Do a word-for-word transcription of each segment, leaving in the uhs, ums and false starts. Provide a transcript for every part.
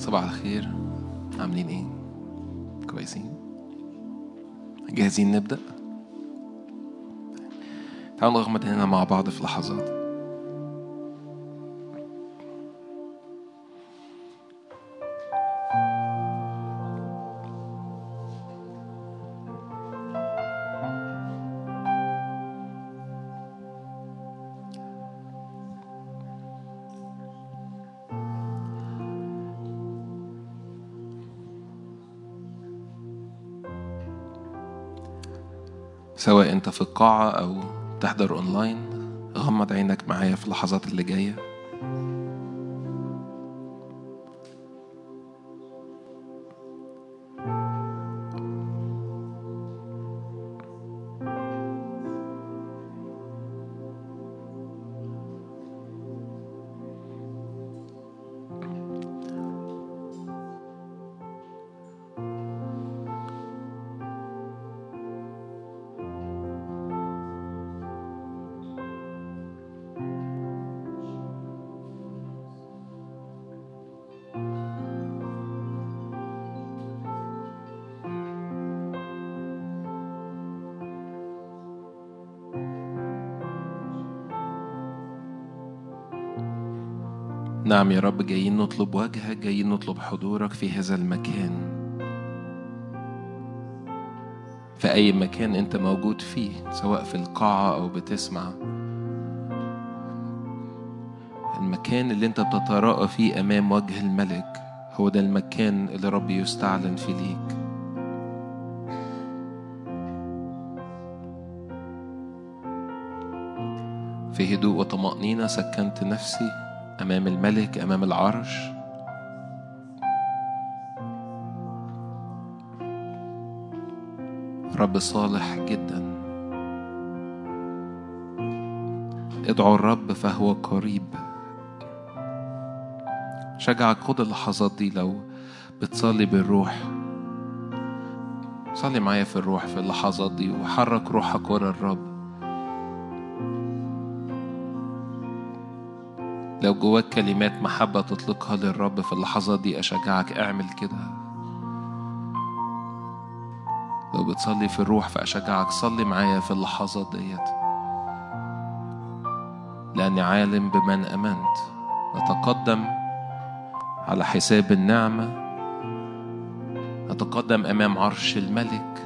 صباح الخير، عاملين ايه؟ كويسين؟ جاهزين نبدأ؟ تعالوا نغمض هنا مع بعض في لحظات. سواء انت في القاعة او تحضر اونلاين، غمض عينك معايا في اللحظات اللي جاية. نعم يا رب، جايين نطلب وجهك، جايين نطلب حضورك في هذا المكان، في أي مكان أنت موجود فيه، سواء في القاعة أو بتسمع. المكان اللي أنت بتتراءى فيه أمام وجه الملك هو ده المكان اللي رب يستعلن فيه ليك. في هدوء وطمأنينة سكنت نفسي أمام الملك، أمام العرش. رب صالح جدا. ادعوا الرب فهو قريب. شجعك خد اللحظات دي، لو بتصلي بالروح صلي معايا في الروح في اللحظات دي، وحرك روحك ورا الرب. لو جواك كلمات محبة تطلقها للرب في اللحظات دي، أشجعك اعمل كده. لو بتصلي في الروح فأشجعك صلي معايا في اللحظات ديت، لأني عالم بمن أمنت. نتقدم على حساب النعمة، نتقدم أمام عرش الملك،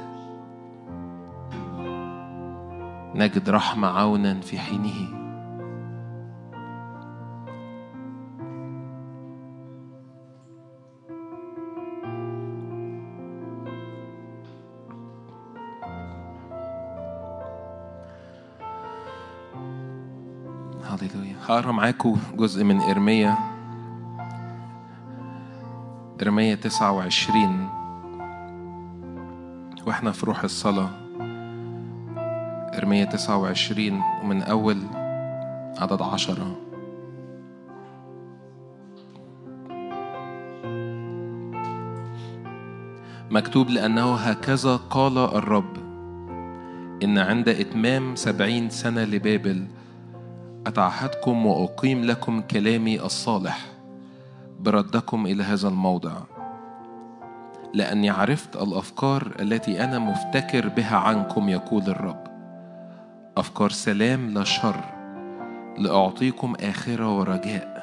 نجد رحمة عونا في حينه. هاليلويا. هقرا معاكم جزء من إرميا إرميا تسعة وعشرين واحنا في روح الصلاة. إرميا تسعة وعشرين ومن أول عدد عشرة. مكتوب: لأنه هكذا قال الرب، إن عند إتمام سبعين سنة لبابل أتعهدكم وأقيم لكم كلامي الصالح بردكم إلى هذا الموضع، لأني عرفت الأفكار التي أنا مفتكر بها عنكم، يقول الرب، أفكار سلام لا شر، لأعطيكم آخرة ورجاء.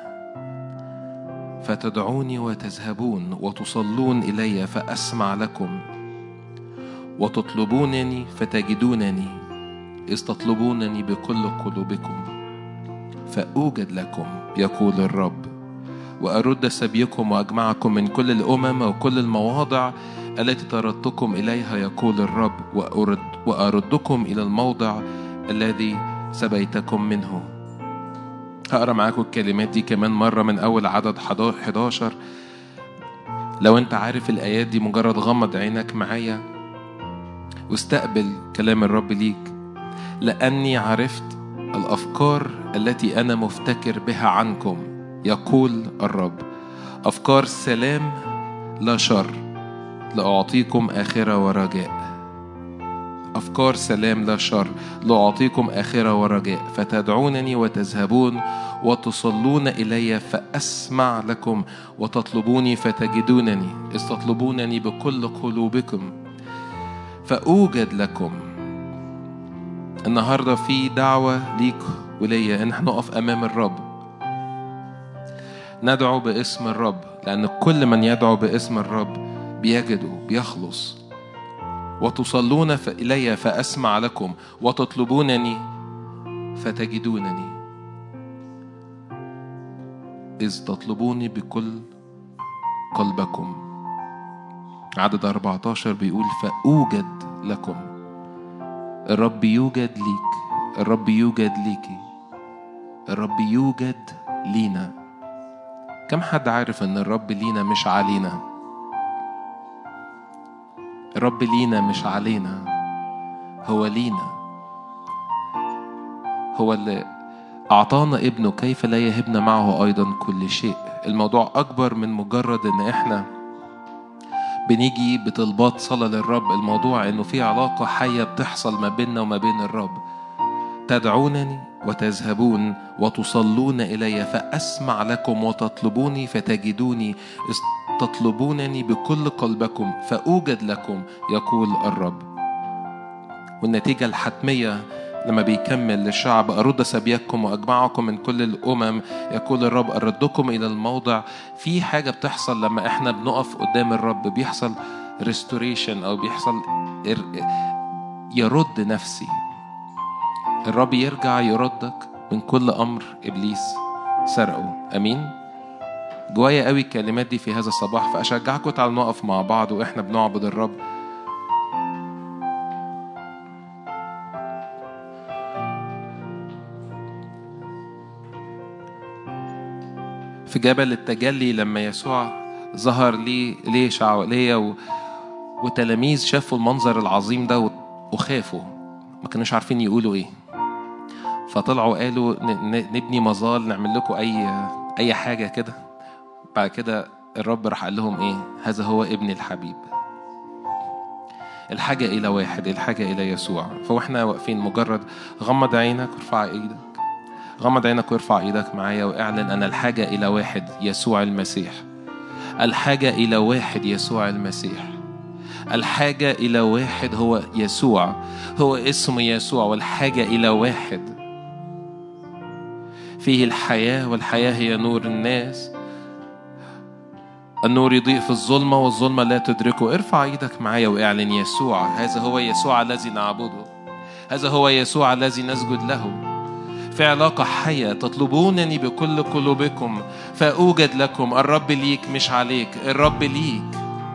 فتدعوني وتذهبون وتصلون إلي فأسمع لكم، وتطلبونني فتجدونني، إذ تطلبونني بكل قلوبكم فأوجد لكم، يقول الرب. وأرد سبيكم وأجمعكم من كل الأمم وكل المواضع التي طردتكم إليها، يقول الرب، وأرد وأردكم إلى الموضع الذي سبيتكم منه. هقرأ معاكم الكلمات دي كمان مرة من أول عدد إحدى عشر. لو أنت عارف الآيات دي مجرد غمض عينك معايا واستقبل كلام الرب ليك. لأني عرفت الأفكار التي أنا مفتكر بها عنكم، يقول الرب، أفكار سلام لا شر، لأعطيكم آخرة ورجاء. أفكار سلام لا شر، لأعطيكم آخرة ورجاء. فتدعونني وتذهبون وتصلون إلي فأسمع لكم، وتطلبوني فتجدونني، إذ تطلبونني بكل قلوبكم فأوجد لكم. النهاردة في دعوة ليك وليا إن احنا نقف أمام الرب، ندعو باسم الرب، لأن كل من يدعو باسم الرب بيجده بيخلص. وتصلون إلي فأسمع لكم، وتطلبونني فتجدونني، إذ تطلبوني بكل قلبكم. عدد أربعة عشر بيقول فأوجد لكم. الرب يوجد ليك، الرب يوجد ليكي، الرب يوجد لينا. كم حد عارف أن الرب لينا مش علينا؟ الرب لينا مش علينا، هو لينا. هو اللي أعطانا ابنه، كيف لا يهبنا معه أيضا كل شيء. الموضوع أكبر من مجرد أن إحنا بنيجي بطلبات صلاة للرب. الموضوع أنه في علاقة حية بتحصل ما بيننا وما بين الرب. تدعونني وتذهبون وتصلون إلي فأسمع لكم، وتطلبوني فتجدوني، تطلبونني بكل قلبكم فأوجد لكم، يقول الرب. والنتيجة الحتمية لما بيكمل للشعب أرد سبيكم وأجمعكم من كل الأمم، يقول الرب أردكم إلى الموضع. في حاجة بتحصل لما إحنا بنقف قدام الرب، بيحصل restoration أو بيحصل يرد نفسي. الرب يرجع يردك من كل أمر إبليس سرقه. أمين. جوايا قوي الكلمات دي في هذا الصباح، فأشجعكم تعالوا نقف مع بعض وإحنا بنعبد الرب. في جبل التجلي لما يسوع ظهر لي ليه شعولية و... وتلاميذ شافوا المنظر العظيم ده وخافوا، ما كانوش عارفين يقولوا ايه، فطلعوا قالوا نبني مظال، نعمل لكم اي اي حاجة كده. بعد كده الرب راح قال لهم ايه؟ هذا هو ابني الحبيب. الحاجة إلى واحد، الحاجة إلى يسوع. فوإحنا واقفين مجرد غمض عينك وارفع ايدك، غمض عينك وارفع ايدك معايا واعلن أن الحاجة إلى واحد يسوع المسيح. الحاجة إلى واحد يسوع المسيح. الحاجة إلى واحد هو يسوع، هو اسم يسوع. والحاجة إلى واحد فيه الحياة، والحياة هي نور الناس. النور يضيء في الظلمة والظلمة لا تدركه. ارفع ايدك معايا واعلن يسوع. هذا هو يسوع الذي نعبده، هذا هو يسوع الذي نسجد له. في علاقة حية. تطلبونني بكل قلوبكم فأوجد لكم. الرب ليك مش عليك، الرب ليك،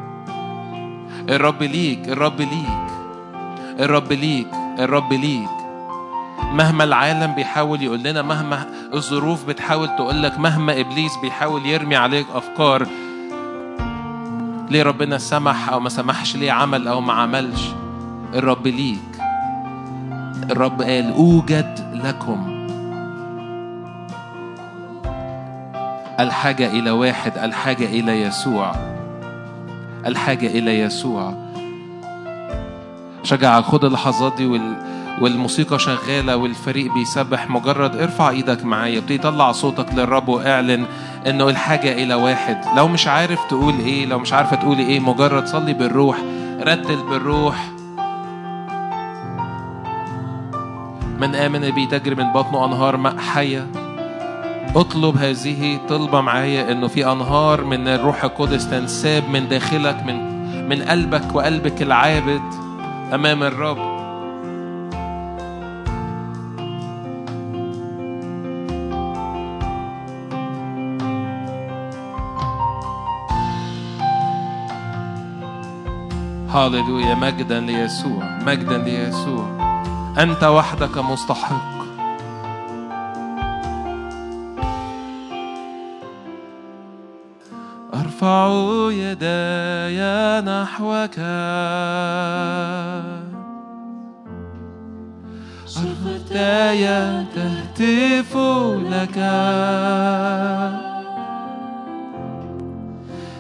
الرب ليك، الرب ليك، الرب ليك، الرب ليك. مهما العالم بيحاول يقول لنا، مهما الظروف بتحاول تقول لك، مهما إبليس بيحاول يرمي عليك أفكار ليه ربنا سمح أو ما سمحش، ليه عمل أو ما عملش، الرب ليك. الرب قال أوجد لكم. الحاجة إلى واحد، الحاجة إلى يسوع، الحاجة إلى يسوع. شجع خد اللحظات دي وال... والموسيقى شغالة والفريق بيسبح. مجرد ارفع ايدك معايا، ابتدي طلع صوتك للرب واعلن انه الحاجة الى واحد. لو مش عارف تقول ايه، لو مش عارفة تقولي ايه، مجرد صلي بالروح، رتل بالروح. من آمن بي تجري من بطنه أنهار ماء حية. اطلب هذه طلبة معايا، انه في أنهار من الروح القدس تنساب من داخلك، من من قلبك وقلبك العابد أمام الرب. هاليلويا. مجدا ليسوع، مجدا ليسوع. أنت وحدك مستحق. أرفع يداي نحوك، أرفع يداي تهتف لك.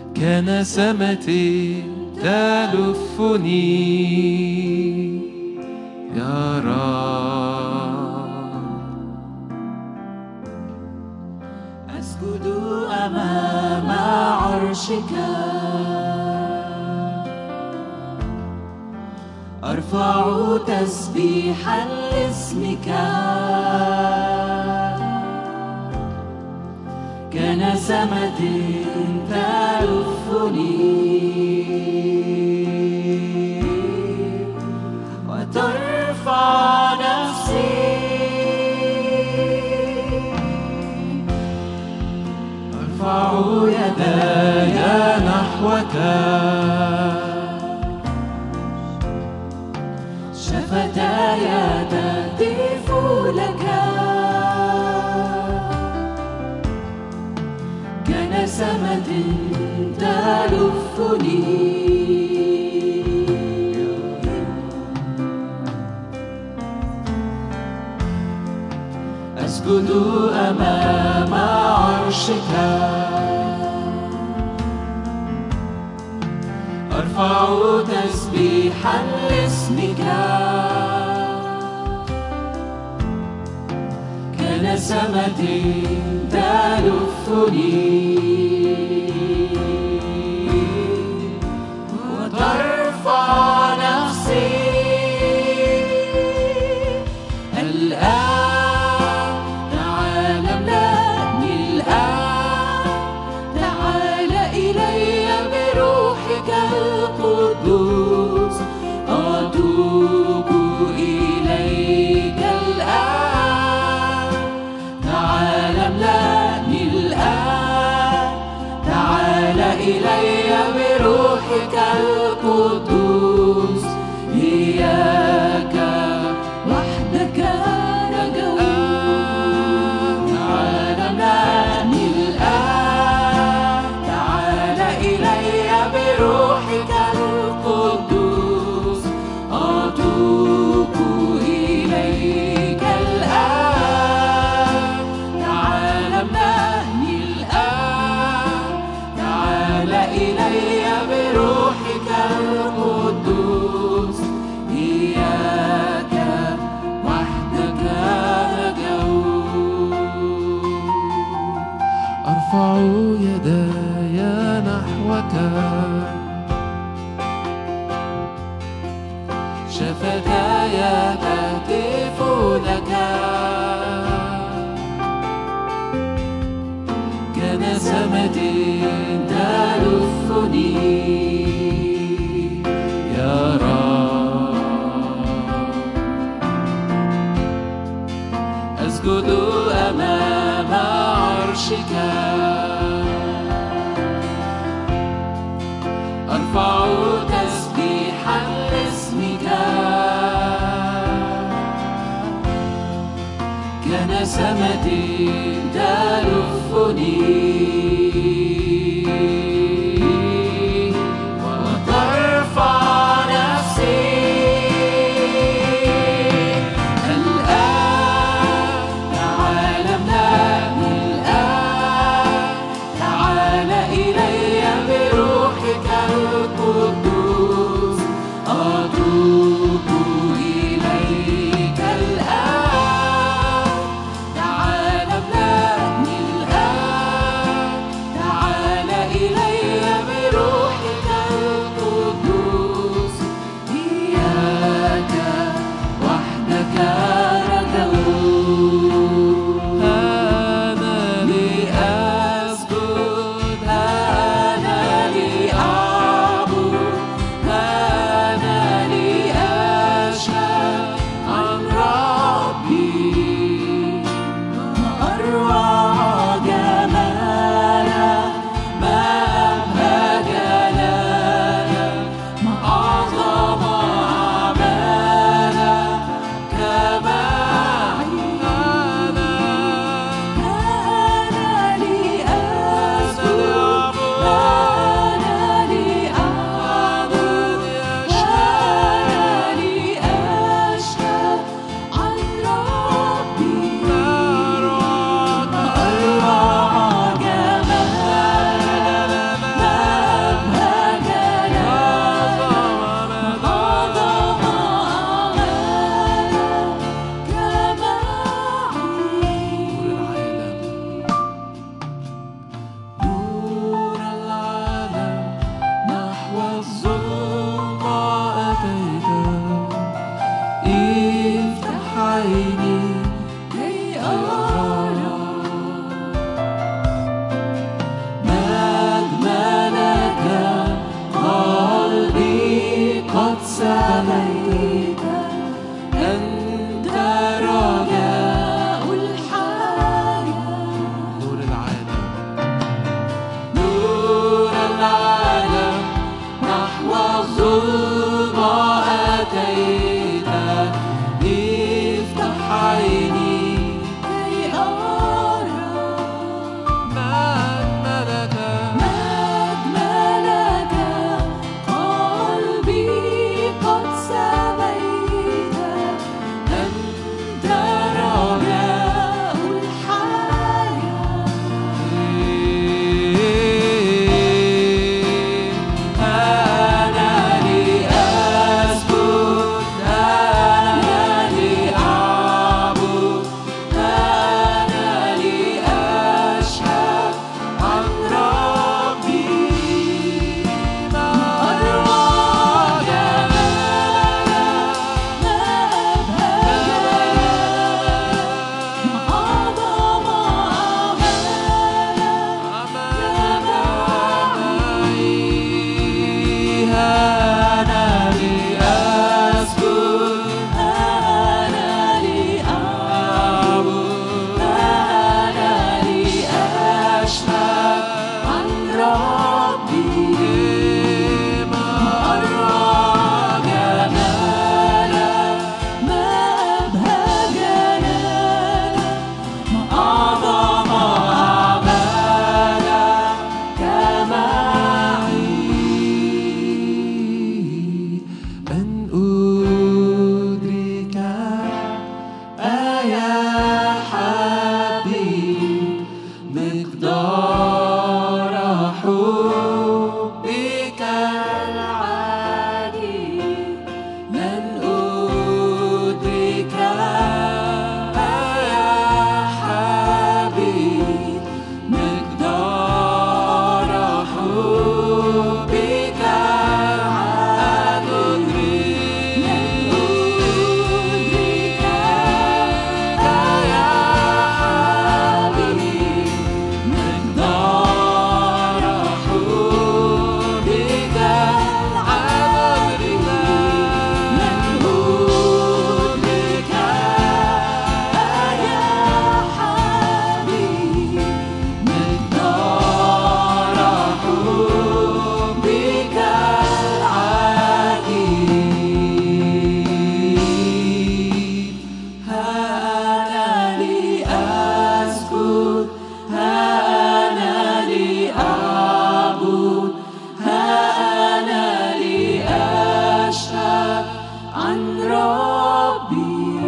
كنسمتي تلفني يا رب. أسجد أمام عرشك، أرفع تسبيحا لاسمك، كنسمة تلفني وترفع نفسي، أرفع يداي نحوك، شفتاي تهتف لك، كنسمة تلفني. أسجد أمام عرشك، أرفع تسبيحا لاسمك، كنسمة تلفني وترفع نفسي. الآن تعال املأني، الآن تعال إلي بروحك القدوس، أتوب إليك الآن. تعال املأني الآن، تعال إلي بروحك القدوس، إياك وحدك رجوت. تعال املأني الآن، تعال إلي بروحك القدوس، أتوب إليك الآن. تعال املأني الآن، تعال إلي بروحك القدوس، إياك وحدك رجوت. أرفع يداي نحوك، شفتاي تهتف لك، كنسمة تلفني يا رب. أسجد أمام عرشك، أرفع تسبيحا لاسمك، كنسمة تلفني وترفع نفسي. الآن تعال املأني الآن، تعال إلي بروحك القدوس، أتوب إليك الآن. تعال املأني الآن، سميت أنت رجاء الحياة نور العالم نور العالم نحو الظلمة أتيت افتح عيني كي أرى مجد ملك مجد ملك قلبي قد سميت أنت رجاء الحياة أنا لأسجد أنا لأعبد أنا لأشهد عن ربي ما أروع جمالك ما أبهى جلالك ما أعظم أعمالك معي أن أدرك يا حبيب مقدار حبك العجيب لن أدرك يا حبيب مقدار حبك العجيب لن أدرك يا حبيب مقدار حبك العجيب لن أدرك يا حبيب مقدار حبك العجيب ها أنا لأسجد ها أنا لأعبد ها أنا لأشهد عن ربي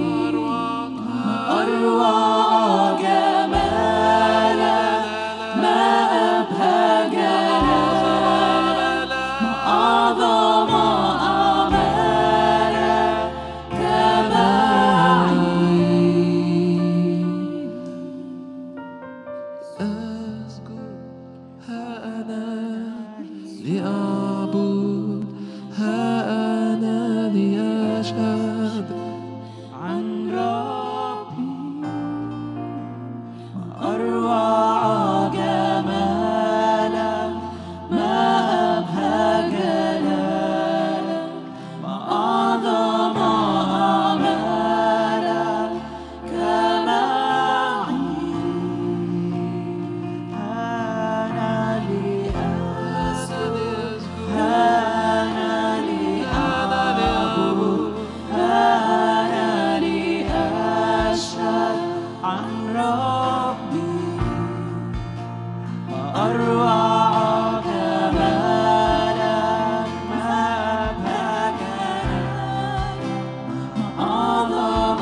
أروع جمالك ما أبهى جلالك ما أعظم أعمالك معي أسجد ها أنا لأعبد ها أنا لأشهد عن ربي أروع جمالك ما أبهى جلالك ما أعظم أعمالك معي أنا لأسجد أنا لأعبد أنا لأشهد عن ربي أروع جمالك ما أبهى جلالك ما أعظم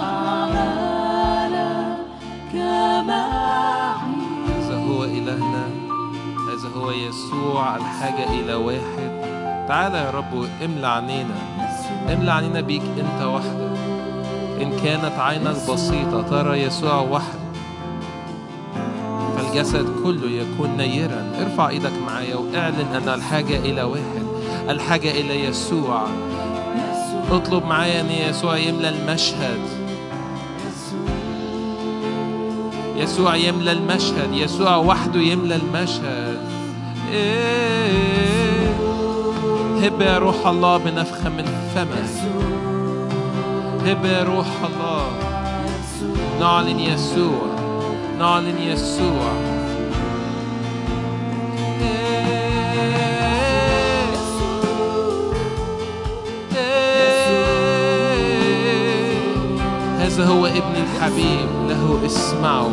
أعمالك معي هذا هو إلهنا هذا هو يسوع الحاجة إلى واحد تعالى يا رب املى عينينا املى عينينا بيك أنت وحدك إن كانت عينك بسيطة ترى يسوع وحده فالجسد كله يكون نيرا ارفع ايدك معايا واعلن أن الحاجة إلى واحد الحاجة إلى يسوع اطلب معايا أن يسوع يملى المشهد يسوع يملى المشهد يسوع وحده يملى المشهد إيه هب يا روح الله بنفخة من فمك. هب يا روح الله. نعلن يسوع، نعلن يسوع. هذا هو ابن الحبيب، له اسمعوا.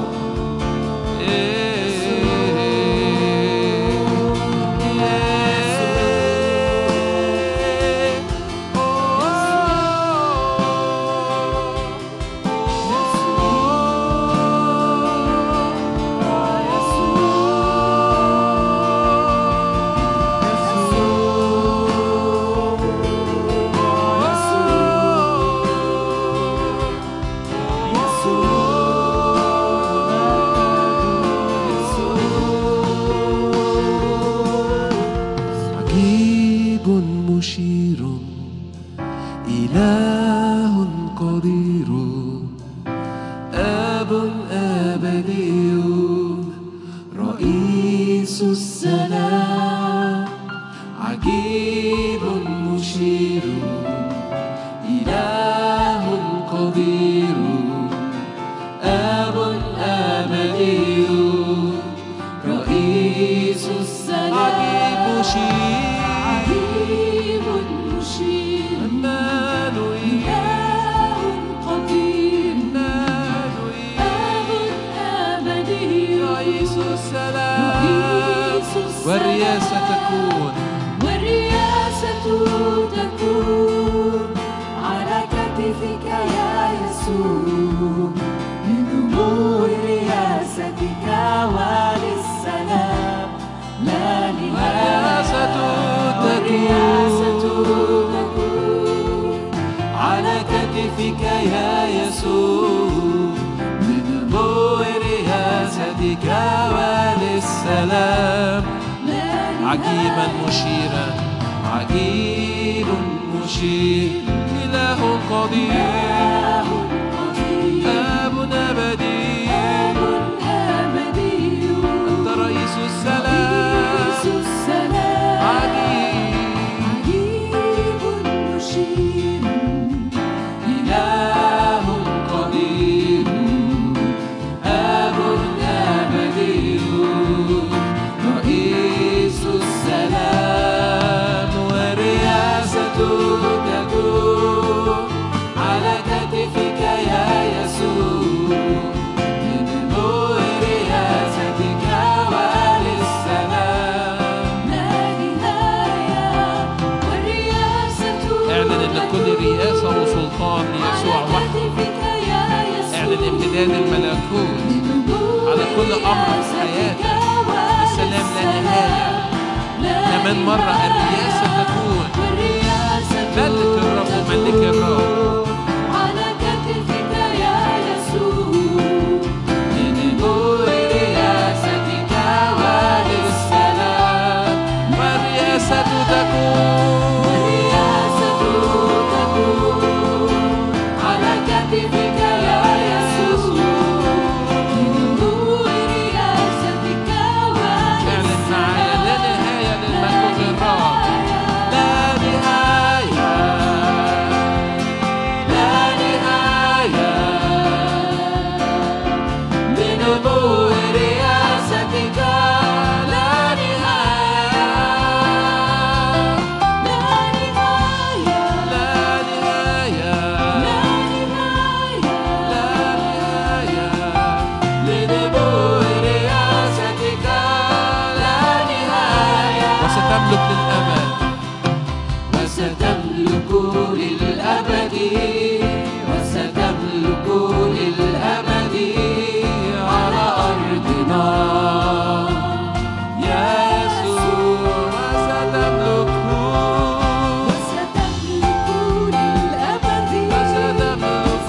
عجيبا مشيرا، عجيب مشير، إله قدير، آب أبدي، أنت رئيس السلام، عجيب مشير، إله قدير، آب أبدي، رئيس السلام، ورياسته تكون على كتفك يا يسوع، بنور رياستك وللسلام لا نهاية، والرياسة اعلن ان كل رياسة وسلطان ليسوع وحده. اعلن امتداد الملكوت على كل امر في حياتك. السلام لا نهاية. كمان مرة الرياسة تكون ملك الرب وملك الرب على كتفك يا يسوع، بنور رياستك وللسلام، والرياسة تكون على كتفك يا يسوع، بنور رياستك وللسلام. وستملك للأبد، وستملك للأبد على أرضنا يا يسوع، وستملك وستملك للأبد، وستملك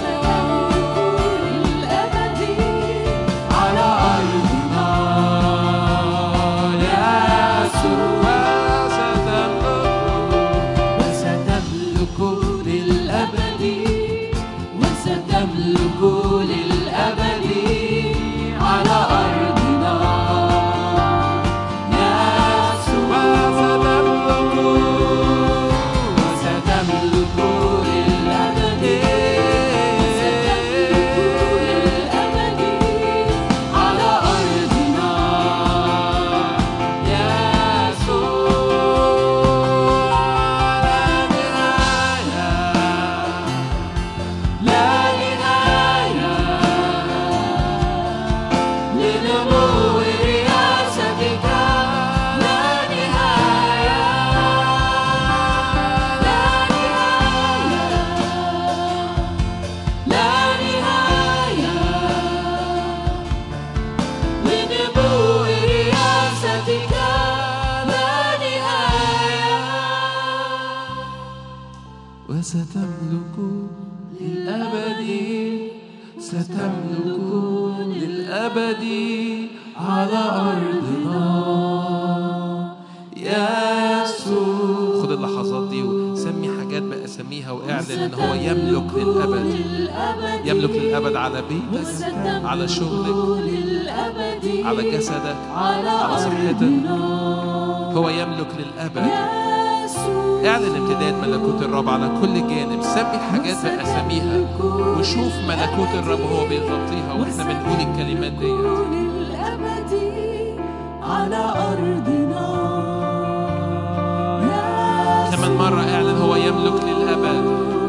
للأبد على أرضنا يا يسوع. وستملك للأبد ستملك للأبد على أرضنا يسوع. خد اللحظات دي وسمي حاجات بأسميها واعلن إن هو يملك للأبد، يملك للأبد على بيتك، على شغلك، على جسدك، على صحتك. هو يملك للأبد. اعلن امتداد ملكوت الرب على كل جانب. سمي الحاجات بأساميها وشوف ملكوت الرب هو بيغطيها واحنا بنقول الكلمات دي. على أرضنا كمان مرة اعلن هو يملك للأبد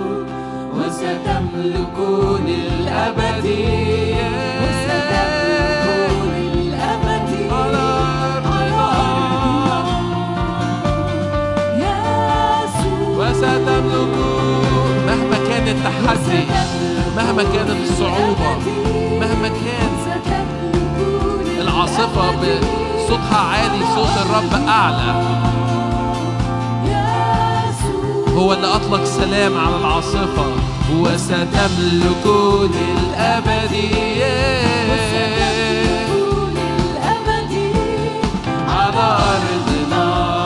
وستملك للأبد وستملك للأبد على أرضنا يسوع. وستملك مهما كان التحدي، مهما كانت الصعوبة، مهما كان العاصفة بصوتها عالي، صوت الرب أعلى. هو اللي أطلق سلام على العاصفة. وستملك للأبد على أرضنا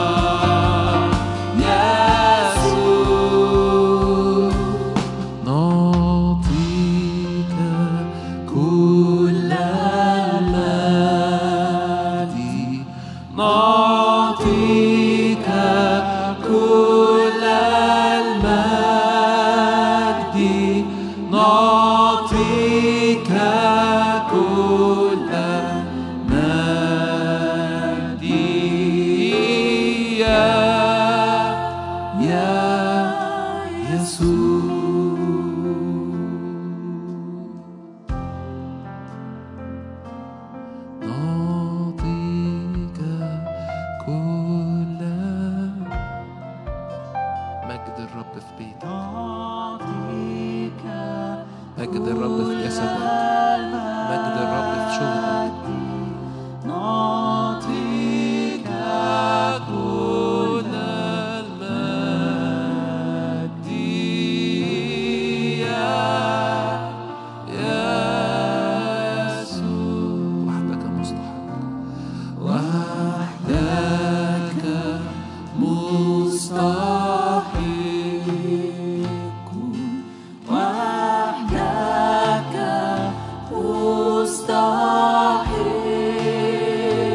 يسوع. نعطيك كل المجد، نعطيك كل المجد، نعطيك كل المجد يا يا يسوع. نعطيك كل مجد الرب في بيتك، مجد الرب في جسدك، مجد الرب في شغلك. نعطيك كل المجد يا يسوع. وحدك مستحق، وحدك مستحق، وحدك مستحق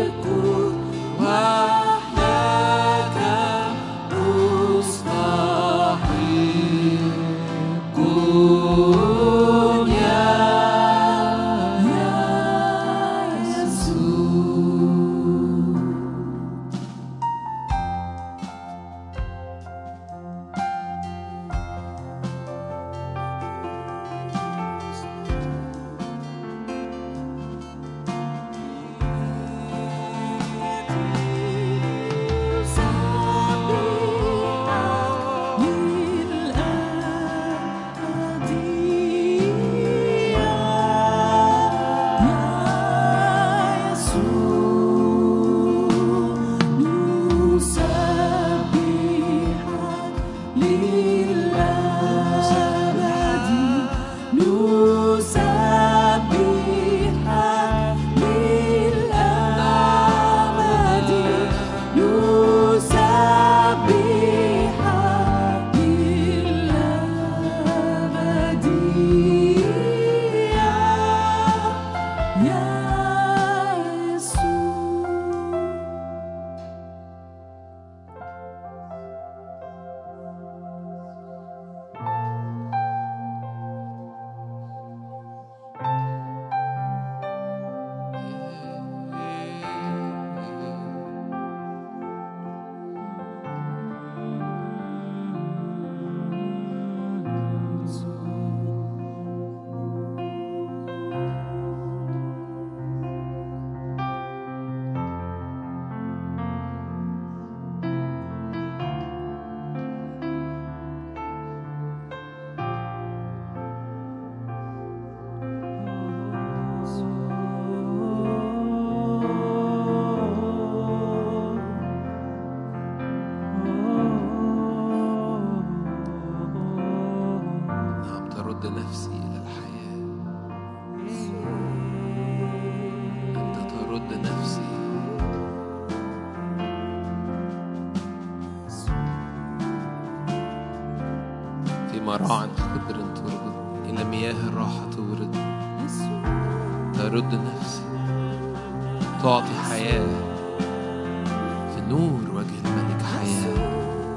راع خضر تربط، إلى مياه الراحة تورد، ترد نفسي، تعطي حياة في نور وجه الملك. حياة،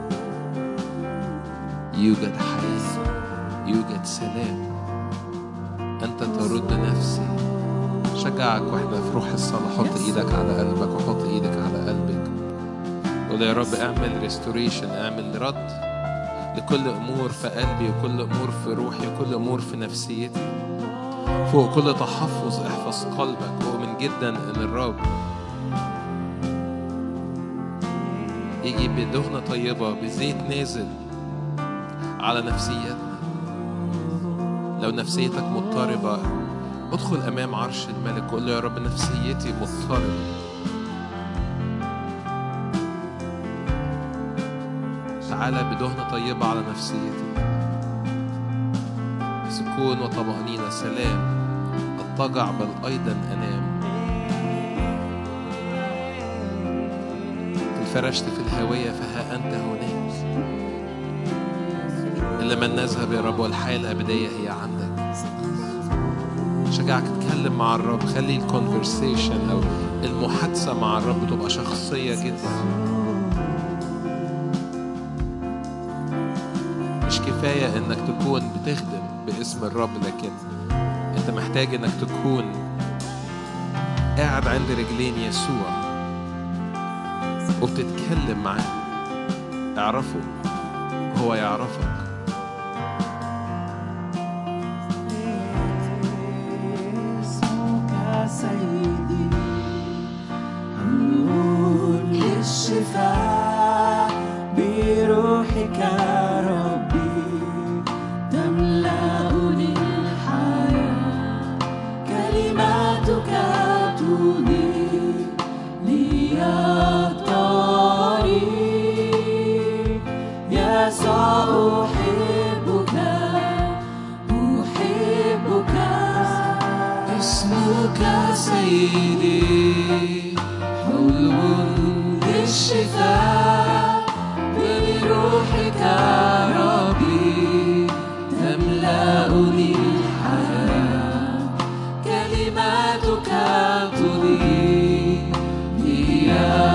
يوجد حياة، يوجد سلام. أنت ترد نفسي. شجعك واحنا في روح الصلاة، حط إيدك على قلبك وحط إيدك على قلبك. قول يا رب اعمل ريستوريشن، اعمل رد لكل أمور في قلبي وكل أمور في روحي وكل أمور في نفسيتي. فوق كل تحفظ احفظ قلبك. وأؤمن جدا أن الرب يجي بدهنة طيبة بزيت نازل على نفسيتنا. لو نفسيتك مضطربة ادخل أمام عرش الملك وقول له يا رب نفسيتي مضطربة. تعالى بدهنة طيبة على نفسيتي، سكون وطمأنينة، سلام. أضطجع بل أيضا أنام. فرشت في الهوية فها أنت هناك. إلا من نذهب يا رب والحياة الأبدية هي عندك. شجعك تتكلم مع الرب. خلي الكونفرسيشن أو المحادثة مع الرب تبقى شخصية جدا. مش كفاية إنك تكون بتخدم باسم الرب، لكن أنت محتاج إنك تكون قاعد عند رجلين يسوع وبتتكلم معاه. اعرفه هو يعرفك. اسمك سيدي، نور للشفاء بروحك ربي تملأني الحياة. كلماتك تضيء لي الطريق. يسوع أحبك أحبك. اسمك سيدي، حلو للشفاء بروحك ربي تملأني الحياة. كلماتك تضيء لي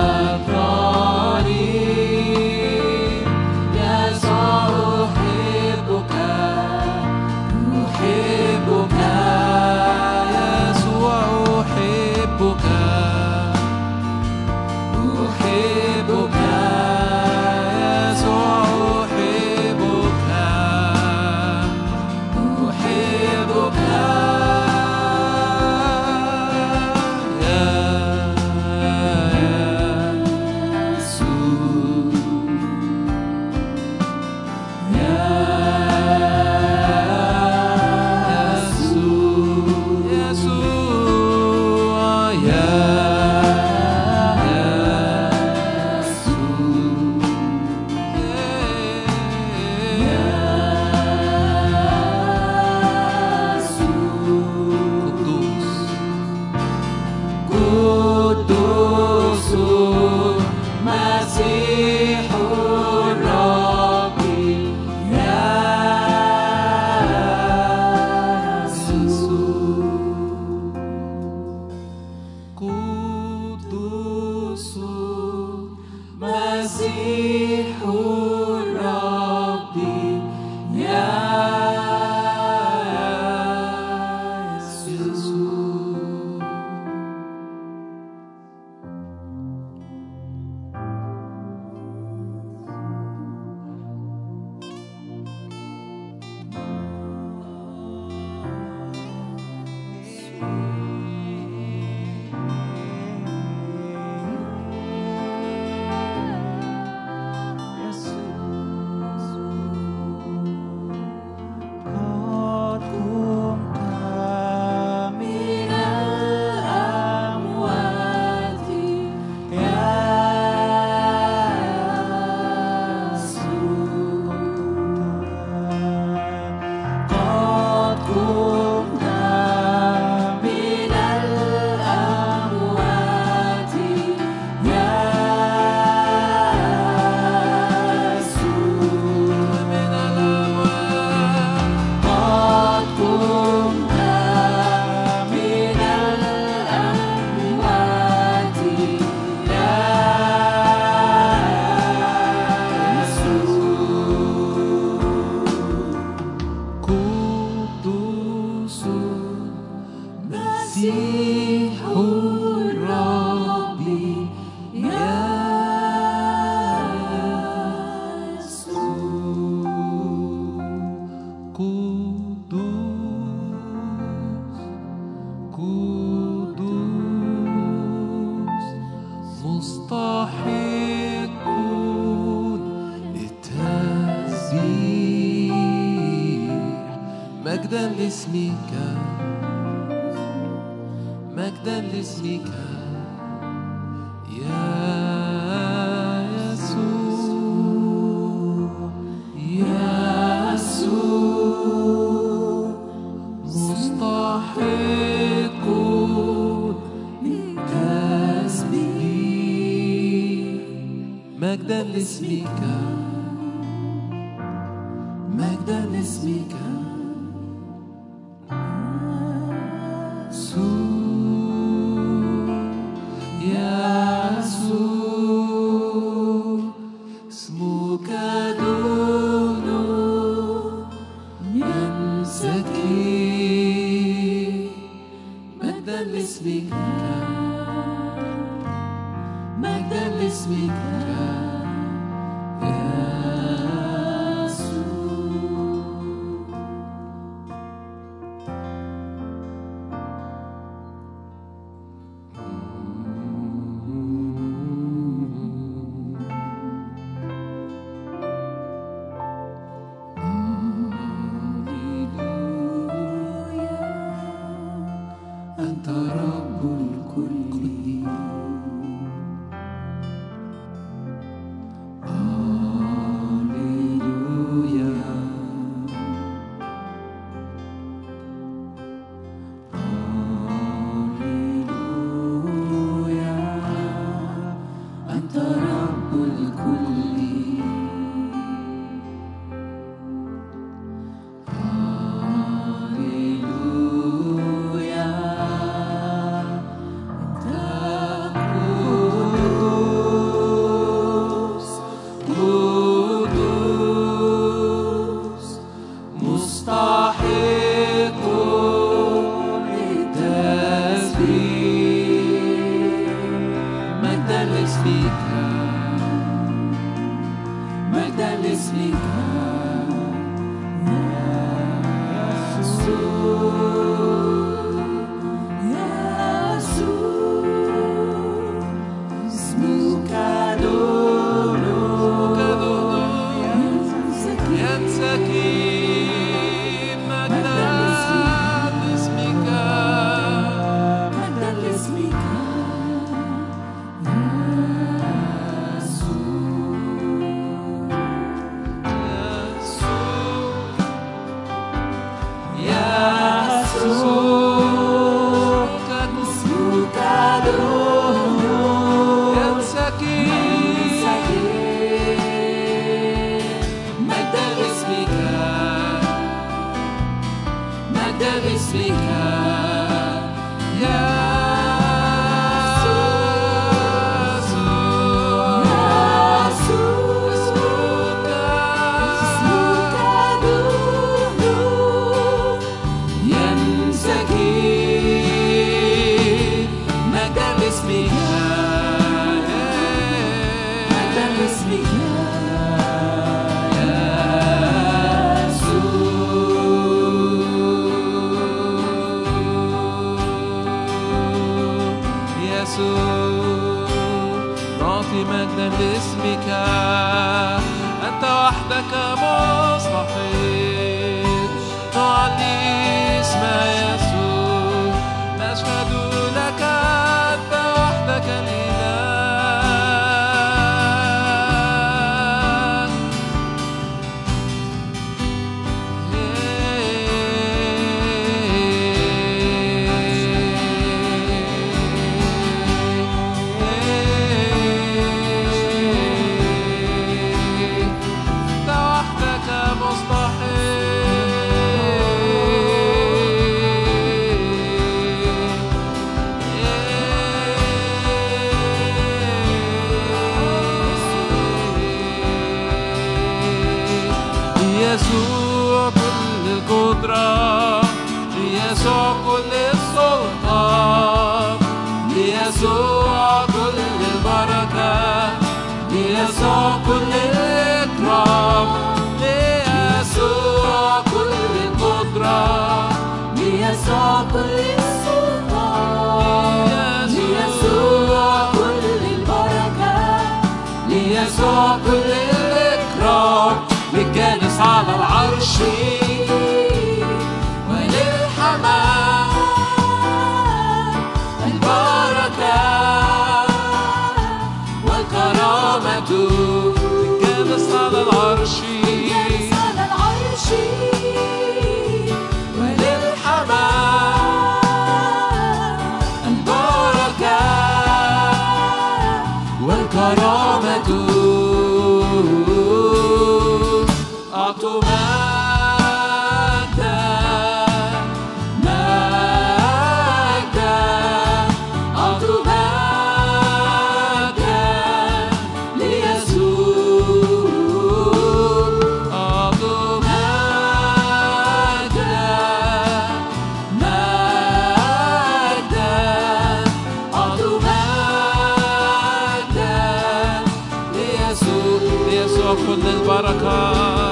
الطريق. يسوع أحبك أحبك. يسوع أحبك أحبك. يسوع أحبك أحبك. يا يسوع يا يسوع يسوع يا قدوس مسيح الرب يا يسوع. قدوس مسيح الرب يا يسوع. مستحقون للتسبيح مجدا لاسمك مجدا لاسمك يا يسوع يا يسوع مستحقون للتسبيح مجدا لاسمك مجدا لاسمك كل الإكرام للجالس على العرش وللحمام البركة والكرامة للجالس على العرش وللحمام البركة والكرامة أعطوا مجدا مجدا أعطوا مجدا ليسوع أعطوا مجدا مجدا أعطوا مجدا ليسوع ليسوع كل البركة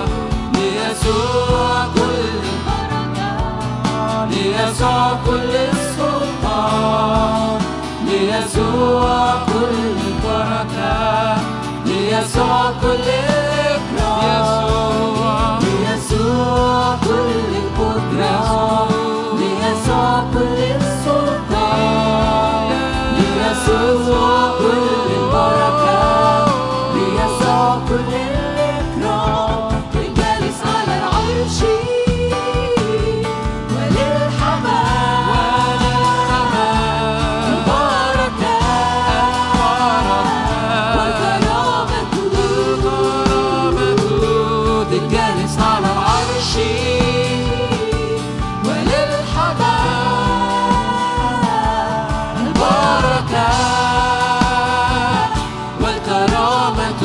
ليسوع كل البركة ليسوع كل السلطان ليسوع كل البركة ليسوع كل الإكرام ليسوع كل القدرة ليسوع كل السلطان ليسوع كل البركة ليسوع كل الإكرام للجالس على العرش وللحمام البركة والكرامة للجالس على العرش وللحمام البركة والكرامة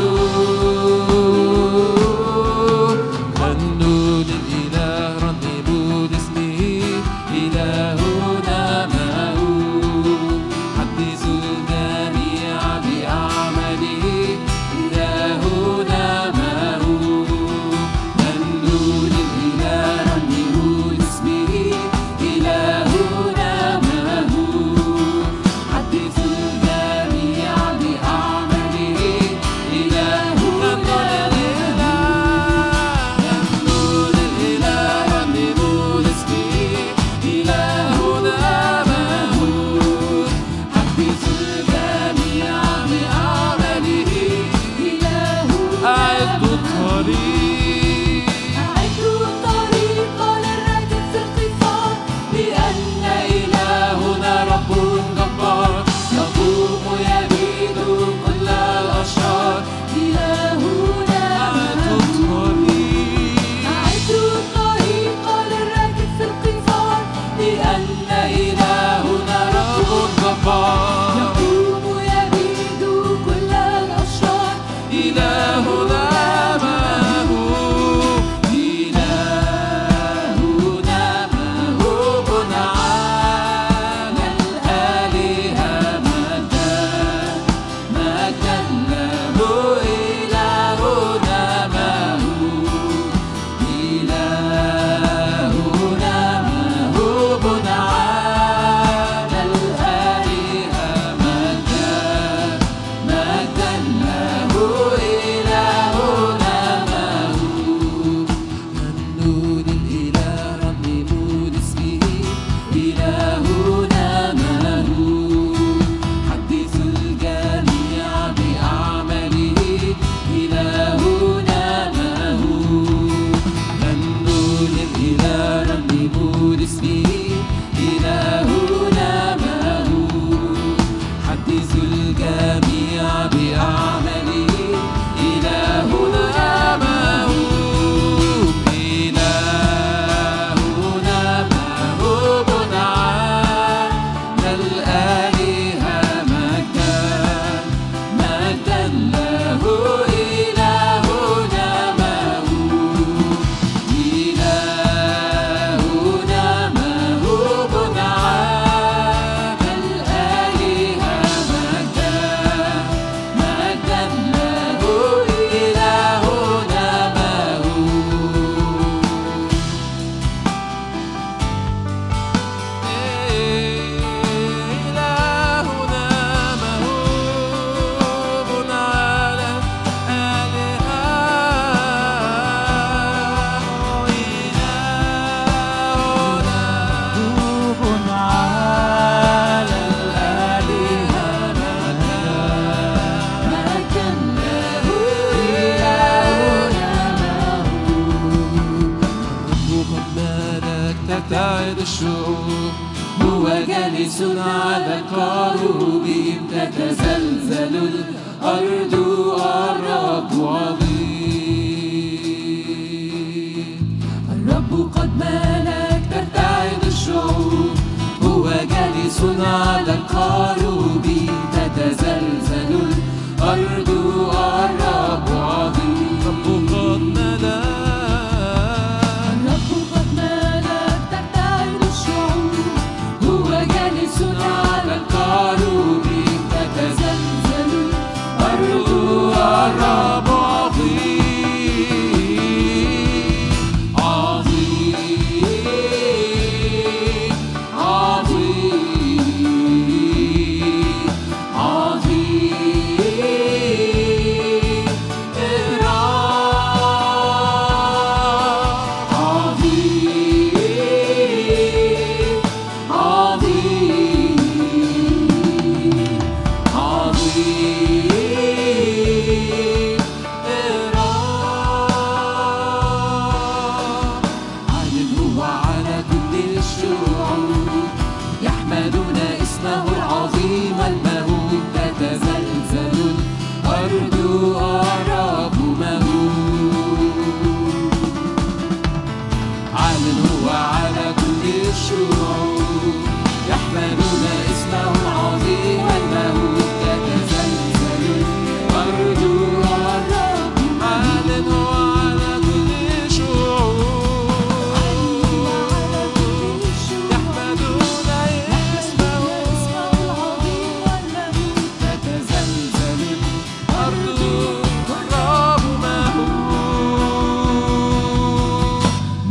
غنوا للإله رنموا لاسمه إلهنا معه حدثوا الجميع بأعماله إلهنا معه غنوا للإله رنموا لاسمه إلهنا معه حدثوا الجميع بأعماله إلهنا غنوا للإله رنموا لاسمه إلهنا معه حدثوا الجميع بأعماله إلهنا أعدوا الطريق أعدوا الطريق للراكب في القفار لأن إلهنا رب جبار يقوم يبيد كل الأشرار إلهنا أعدوا الطريق أعدوا الطريق للراكب في القفار لأن إلهنا رب جبار يقوم يبيد كل الأشرار إلهنا معه إلهنا مهوب على الآلهة مجدا مجدا له إلهنا مهوب إلهنا مهوب على الآلهة مجدا مجدا له إلهنا مهوب غنوا للإله رنموا لاسمه إلهنا مهوب حدثوا الجميع بأعماله إلهنا مهوب غنوا للإله رنموا لاسمه إلهنا مهوب حدثوا الجميع بأعماله إلهنا مهوب إلهنا مهوب على الآلهة مجدا مجدا له إلهنا مهوب إلهنا مهوب على الآلهة مجدا الشعوب هو جالس على الكروب تتزلزل الأرض الرب عظيم الرب قد ملك ترتعد الشعوب هو جالس على الكروب تتزلزل الأرض الرب عظيم الرب قد ملك الرب قد ملك ترتعد الشعوب هو جالس على الكروب تتزلزل الأرض الرب عظيم عظيم عظيم عظيم الرب عظيم عظيم عظيم الرب عالٍ هو على كل الشعوب يحمدون اسمه العظيم المهول تتزلزل الأرض الرب مهول عالٍ هو على كل الشعوب يحمدون اسمه العظيم المهول تتزلزل الأرض الرب عالٍ هو على كل الشعوب يحمدون اسمه العظيم المهول تتزلزل الأرض الرب مهول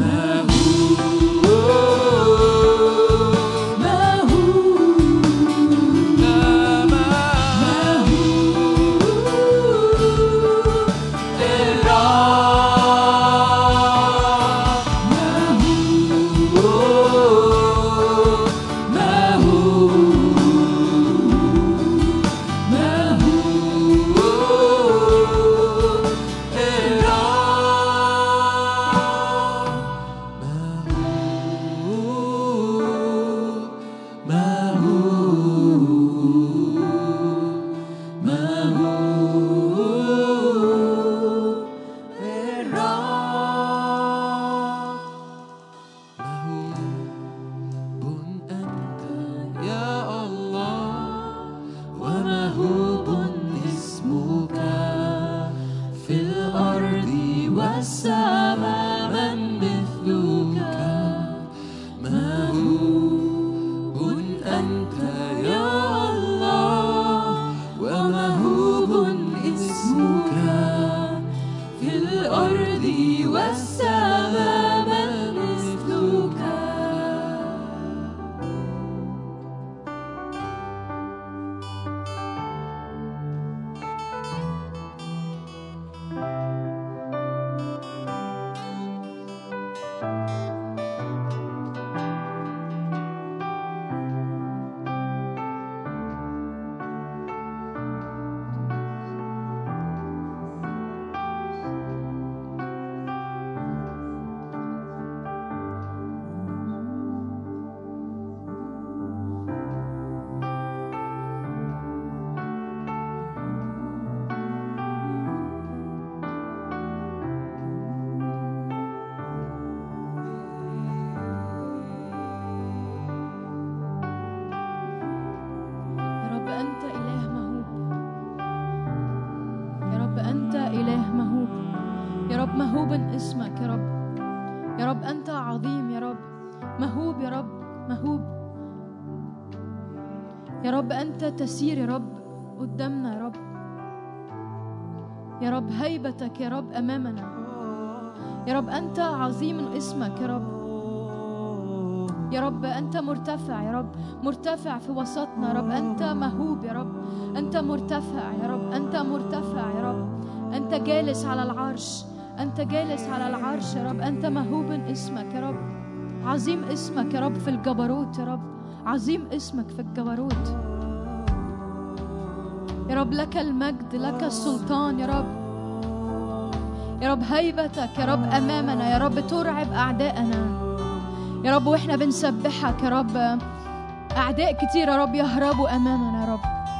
مهوبا اسمك يا رب. يا رب أنت عظيم يا رب، مهوب يا رب، مهوب يا رب. أنت تسير يا رب قدامنا يا رب. يا رب هيبتك يا رب أمامنا يا رب. أنت عظيم اسمك يا رب. يا رب أنت مرتفع يا رب، مرتفع في وسطنا يا رب. أنت مهوب يا رب، أنت مرتفع يا رب، أنت مرتفع يا رب. أنت جالس على العرش، أنت جالس على العرش يا رب. أنت مهوب اسمك يا رب. عظيم اسمك يا رب في الجبروت يا رب، عظيم اسمك في الجبروت يا رب. لك المجد، لك السلطان يا رب. يا رب هيبتك يا رب أمامنا يا رب ترعب أعداءنا يا رب واحنا بنسبحك يا رب أعداء كتير يا رب يهربوا أمامنا يا رب.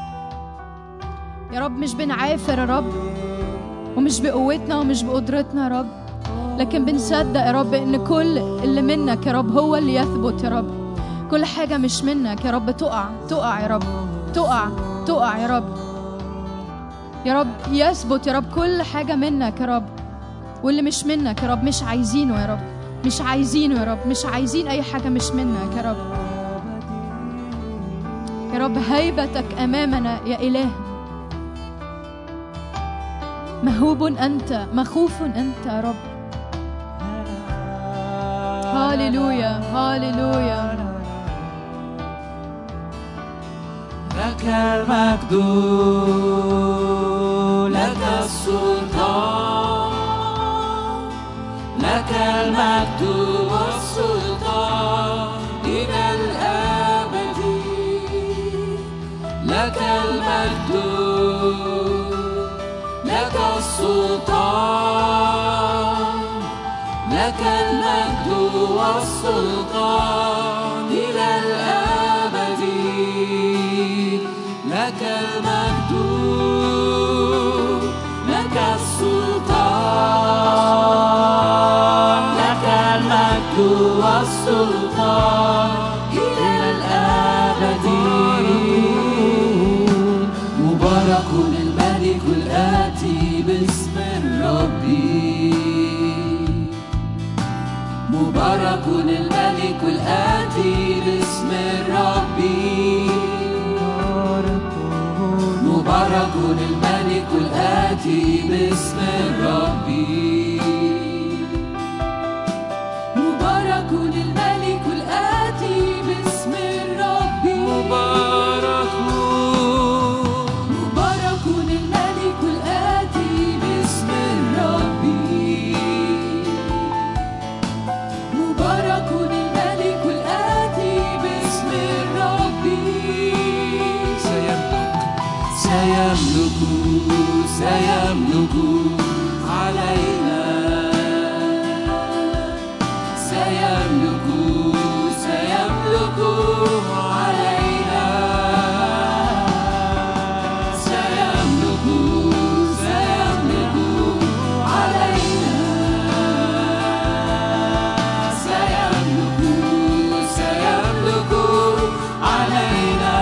يا رب مش بنعافر يا رب، ومش بقوتنا ومش بقدرتنا يا رب، لكن بنصدق يا رب إن كل اللي منك يا رب هو اللي يثبت يا رب. كل حاجة مش منك يا رب تقع تقع يا رب، تقع تقع يا رب. يا رب يثبت يا رب كل حاجة منك يا رب، واللي مش منك يا رب مش عايزينه يا رب، مش عايزينه يا رب، مش عايزين أي حاجة مش منك يا رب. يا رب هيبتك أمامنا يا إله. مهوب أنت، مخوف أنت يا رب. هاليلويا هاليلويا. لك المجد لك السلطان، لك المجد والسلطان إلى الأبد. لك المجد لك السلطان، لك المجد والسلطان إلى الأبد. لك المجد لك السلطان، لك المجد والسلطان إلى الأبد. مبارك الملك الآتي باسم الرب، مبارك الملك الآتي باسم الرب. مبارك الملك الآتي باسم الرب. مبارك الملك الآتي باسم الرب. مبارك مبارك الملك الآتي باسم الرب. مبارك الملك الآتي باسم الرب. سيملك سيملك علينا، سيملك سيملك علينا، سيملك سيملك علينا، سيملك سيملك علينا.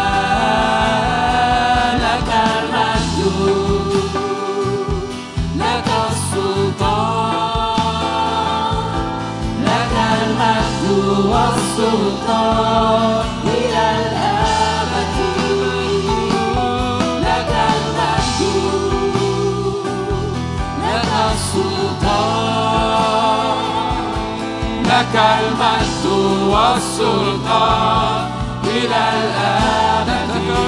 لك المجد لك السلطان، لك المجد والسلطان إلى الأبد. لك المجد لك السلطان، لك المجد والسلطان إلى الأبد.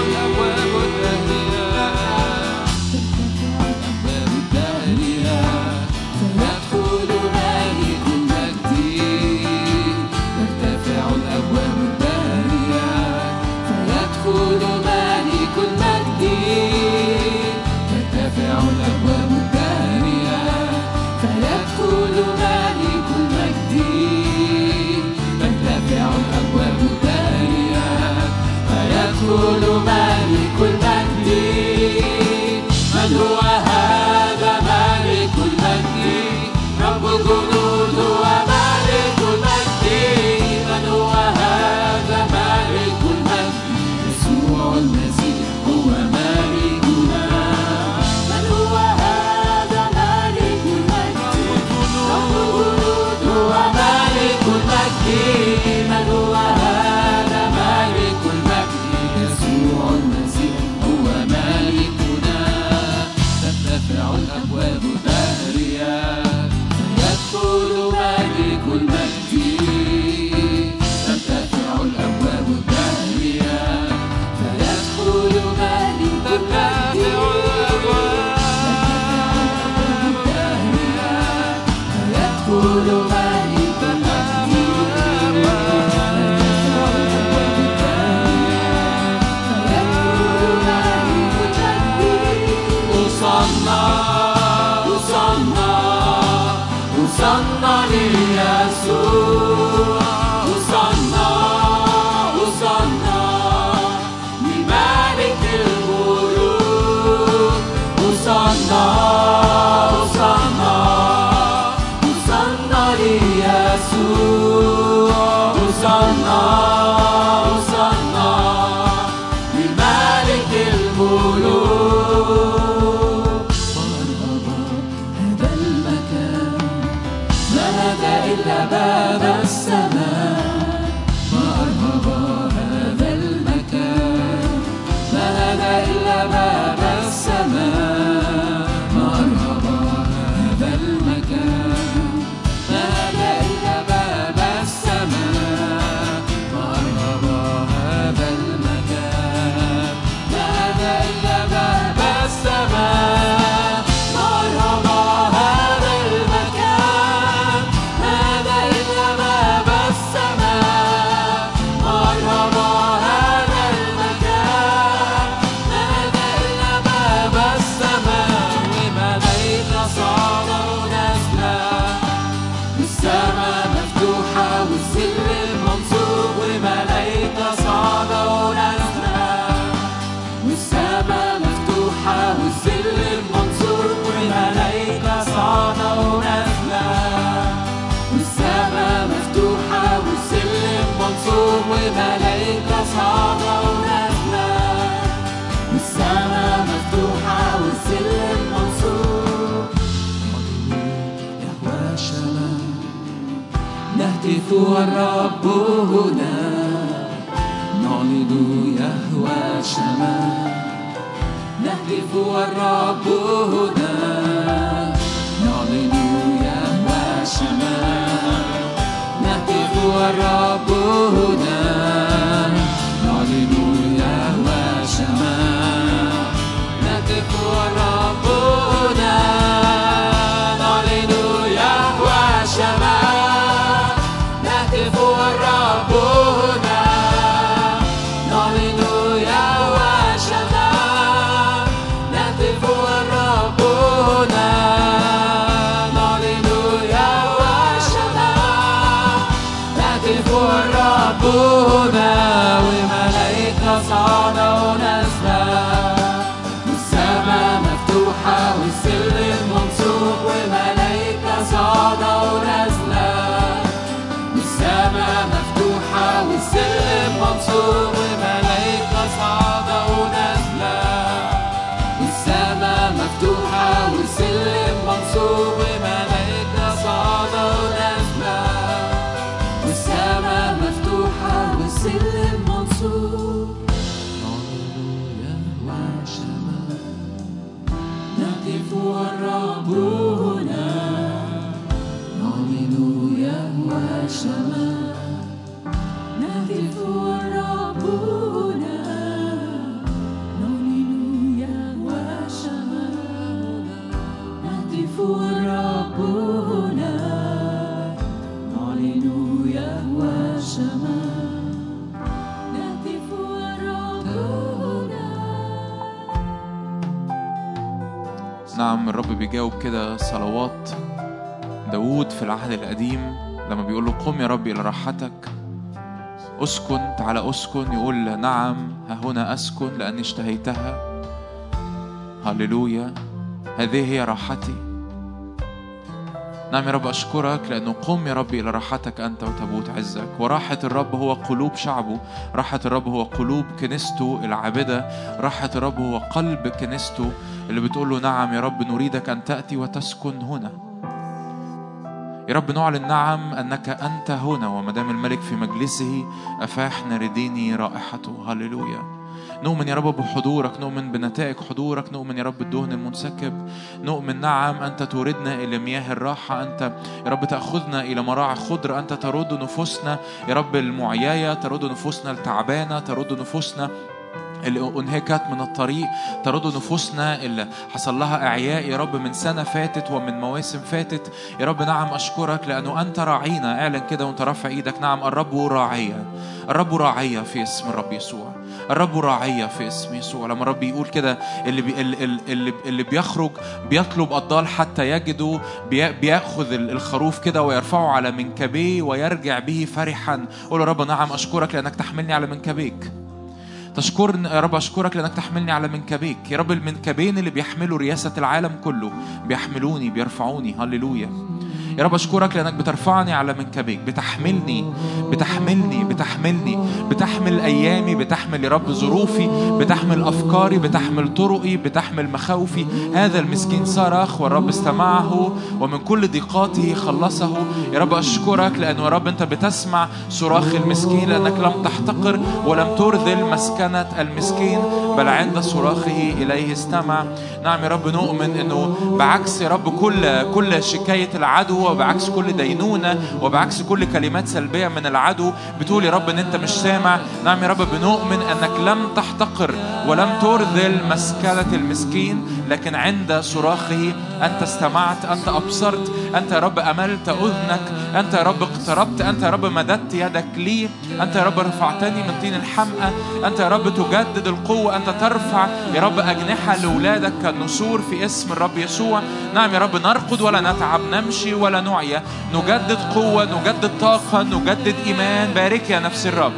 يدخل ملك المجد. من هو هذا ملك المجد؟ رب الجنود هو ملك المجد. من هو هذا ملك المجد؟ يسوع المسيح هو ملكنا. من هو هذا ملك المجد؟ رب الجنود هو ملك المجد. من هو هذا ملك المجد؟ يسوع المسيح هو ملكنا. ترتفع الأبواب دهريا، فيدخل ملك المجد. ترتفع الأبواب دهريا، فيدخل ملك المجد. فيدخل ملك صلى ليسوع نهتف والرب هنا، نعلن يهوى شمال. نهتف والرب هنا، نعلن يهوى شمال. نهتف والرب هنا، نعلن يهوى شمال. نهتف والرب هنا، نعلن يهوى شمال. نهتف والرب هنا، نعلن يهوى شمال. نهتف والرب هنا، نعلن يهوى شمال. نهتف والرب هنا، وملائكة صاعدة ونازلة، والسماء مفتوحة والسلم منصوب. وملائكة صاعدة ونازلة، والسماء مفتوحة والسلم منصوب. وملائكة صاعدة ونازلة، والسماء مفتوحة والسلم منصوب. وملائكة صاعدة ونازلة، والسماء مفتوحة والسلم منصوب. يهوى شمال. نهتف والرب هنا، نعلن يهوى شمال. نهتف والرب هنا، نعلن يهوى شمال. نهتف والرب هنا، نعلن يهوى شمال. نهتف والرب هنا. نعم، الرب بيجاوب كده صلوات داود في العهد القديم لما بيقول له قم يا ربي إلى راحتك، أسكن، تعالى أسكن. يقول نعم ها هنا أسكن لأني اشتهيتها. هللويا، هذه هي راحتي. نعم يا رب أشكرك لأنه قم يا ربي إلى راحتك أنت وتبوت عزك. وراحة الرب هو قلوب شعبه، راحة الرب هو قلوب كنيسته العابدة، راحة الرب هو قلب كنيسته اللي بتقول له نعم يا رب نريدك أن تأتي وتسكن هنا. يا رب نعلن نعم أنك أنت هنا، ومدام الملك في مجلسه أفاح نارديني رائحته. هللويا. نؤمن يا رب بحضورك، نؤمن بنتائج حضورك، نؤمن يا رب بالدهن المنسكب، نؤمن نعم أنت توردنا إلى مياه الراحة، أنت يا رب تأخذنا إلى مراعي خضر، أنت ترد نفوسنا يا رب المعياية، ترد نفوسنا التعبانة، ترد نفوسنا اللي انهكت من الطريق، ترد نفوسنا اللي حصل لها إعياء يا رب من سنة فاتت ومن مواسم فاتت. يا رب نعم أشكرك لأنه أنت راعينا. اعلن كده وانت رافع إيدك، نعم الرب راعية، الرب راعية في اسم الرب يسوع، الرب راعية في اسم يسوع. لما الرب يقول كده اللي بي اللي اللي بيخرج بيطلب الضال حتى يجده، بياخذ الخروف كده ويرفعه على منكبيه ويرجع به فرحا. قول يا رب نعم أشكرك لأنك تحملني على منكبيك. تشكرني يا رب، أشكرك لأنك تحملني على منكبيك. يا رب المنكبين اللي بيحملوا رياسة العالم كله بيحملوني بيرفعوني. هللويا. يا رب أشكرك لأنك بترفعني على منكبيك، بتحملني بتحملني بتحملني بتحمل أيامي، بتحمل يا رب ظروفي، بتحمل أفكاري، بتحمل طرقي، بتحمل مخاوفي. هذا المسكين صرخ والرب استمعه ومن كل ضيقاته خلصه. يا رب أشكرك لأنه يا رب أنت بتسمع صراخ المسكين، لأنك لم تحتقر ولم ترذل مسكنة المسكين بل عند صراخه إليه استمع. نعم يا رب نؤمن أنه بعكس يا رب كل كل شكاية العدو، وبعكس كل دينونة، وبعكس كل كلمات سلبية من العدو، بتقول يا رب أن أنت مش سامع. نعم يا رب بنؤمن أنك لم تحتقر ولم ترذل مسكنة المسكين، لكن عند صراخه أنت استمعت، أنت أبصرت، أنت يا رب أملت أذنك، أنت يا رب اقتربت، أنت يا رب مددت يدك لي، أنت يا رب رفعتني من طين الحمأة، أنت يا رب تجدد القوة، أنت ترفع يا رب أجنحة لأولادك كالنسور في اسم الرب يسوع. نعم يا رب نرقد ولا نتعب، نمشي ولا نعيا، نجدد قوة، نجدد طاقة، نجدد إيمان. بارك يا نفس الرب.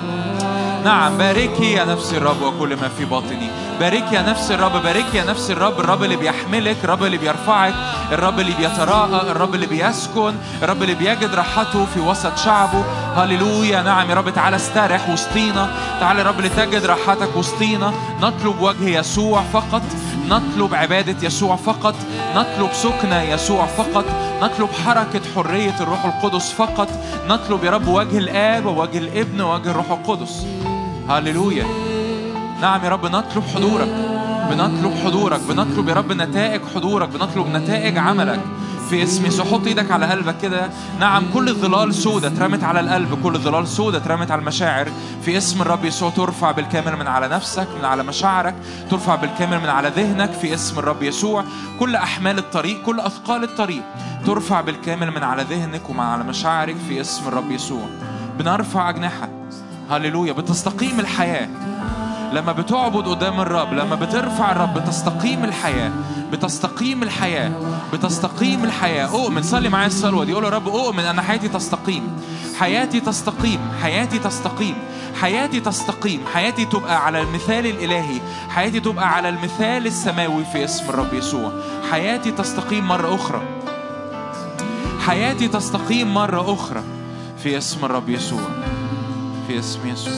نعم باركي يا نفس الرب وكل ما في باطني. بارك يا نفس الرب، بارك يا نفس الرب. الرب اللي بيحملك، الرب اللي بيرفعك، الرب اللي بيتراءى، الرب اللي بيسكن، الرب اللي بيجد راحته في وسط شعبه. هللويا. نعم يا رب تعالى استرح وسطينا، تعالى يا رب لتجد راحتك وسطينا. نطلب وجه يسوع فقط، نطلب عبادة يسوع فقط، نطلب سكن يسوع فقط، نطلب حركة حرية الروح القدس فقط، نطلب يا رب وجه الآب ووجه الابن ووجه الروح القدس. هاليلويا. نعم يا رب، نطلب حضورك، بنطلب حضورك، بنطلب يا رب نتائج حضورك، بنطلب نتائج عملك في اسم يسوع. حط ايدك على قلبك كده. نعم، كل الظلال سودة اترمت على القلب، كل الظلال سودة اترمت على المشاعر في اسم الرب يسوع. ترفع بالكامل من على نفسك، من على مشاعرك، ترفع بالكامل من على ذهنك في اسم الرب يسوع. كل أحمال الطريق، كل أثقال الطريق ترفع بالكامل من على ذهنك ومن على مشاعرك في اسم الرب يسوع. بنرفع أجنحة. هاليلويا. بتستقيم الحياة لما بتعبد قدام الرب، لما بترفع الرب بتستقيم الحياة، بتستقيم الحياة، بتستقيم الحياة. أؤمن. صلي معايا الصلوة دي، قول يا رب أؤمن أن حياتي تستقيم، حياتي تستقيم، حياتي تستقيم، حياتي تستقيم، حياتي تبقى على المثال الإلهي، حياتي تبقى على المثال السماوي في اسم الرب يسوع. حياتي تستقيم مرة أخرى، حياتي تستقيم مرة أخرى في اسم الرب يسوع، في اسم يسوع.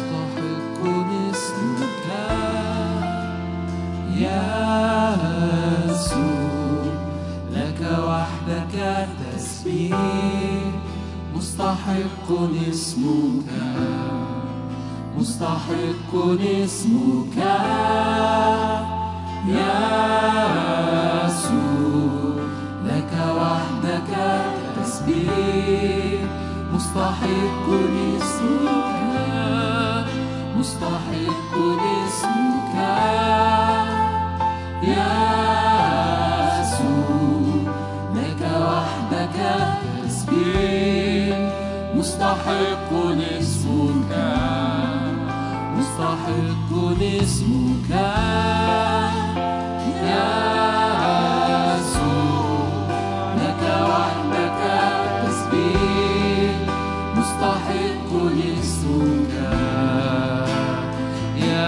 يا يسوع لك وحدك التسبيح، مستحق اسمك، مستحق اسمك يا يسوع لك وحدك التسبيح، مستحق اسمك، مستحق اسمك يا يسوع لك وحدك التسبيح، مستحق اسمك، مستحق اسمك يا يسوع لك وحدك التسبيح، مستحق اسمك يا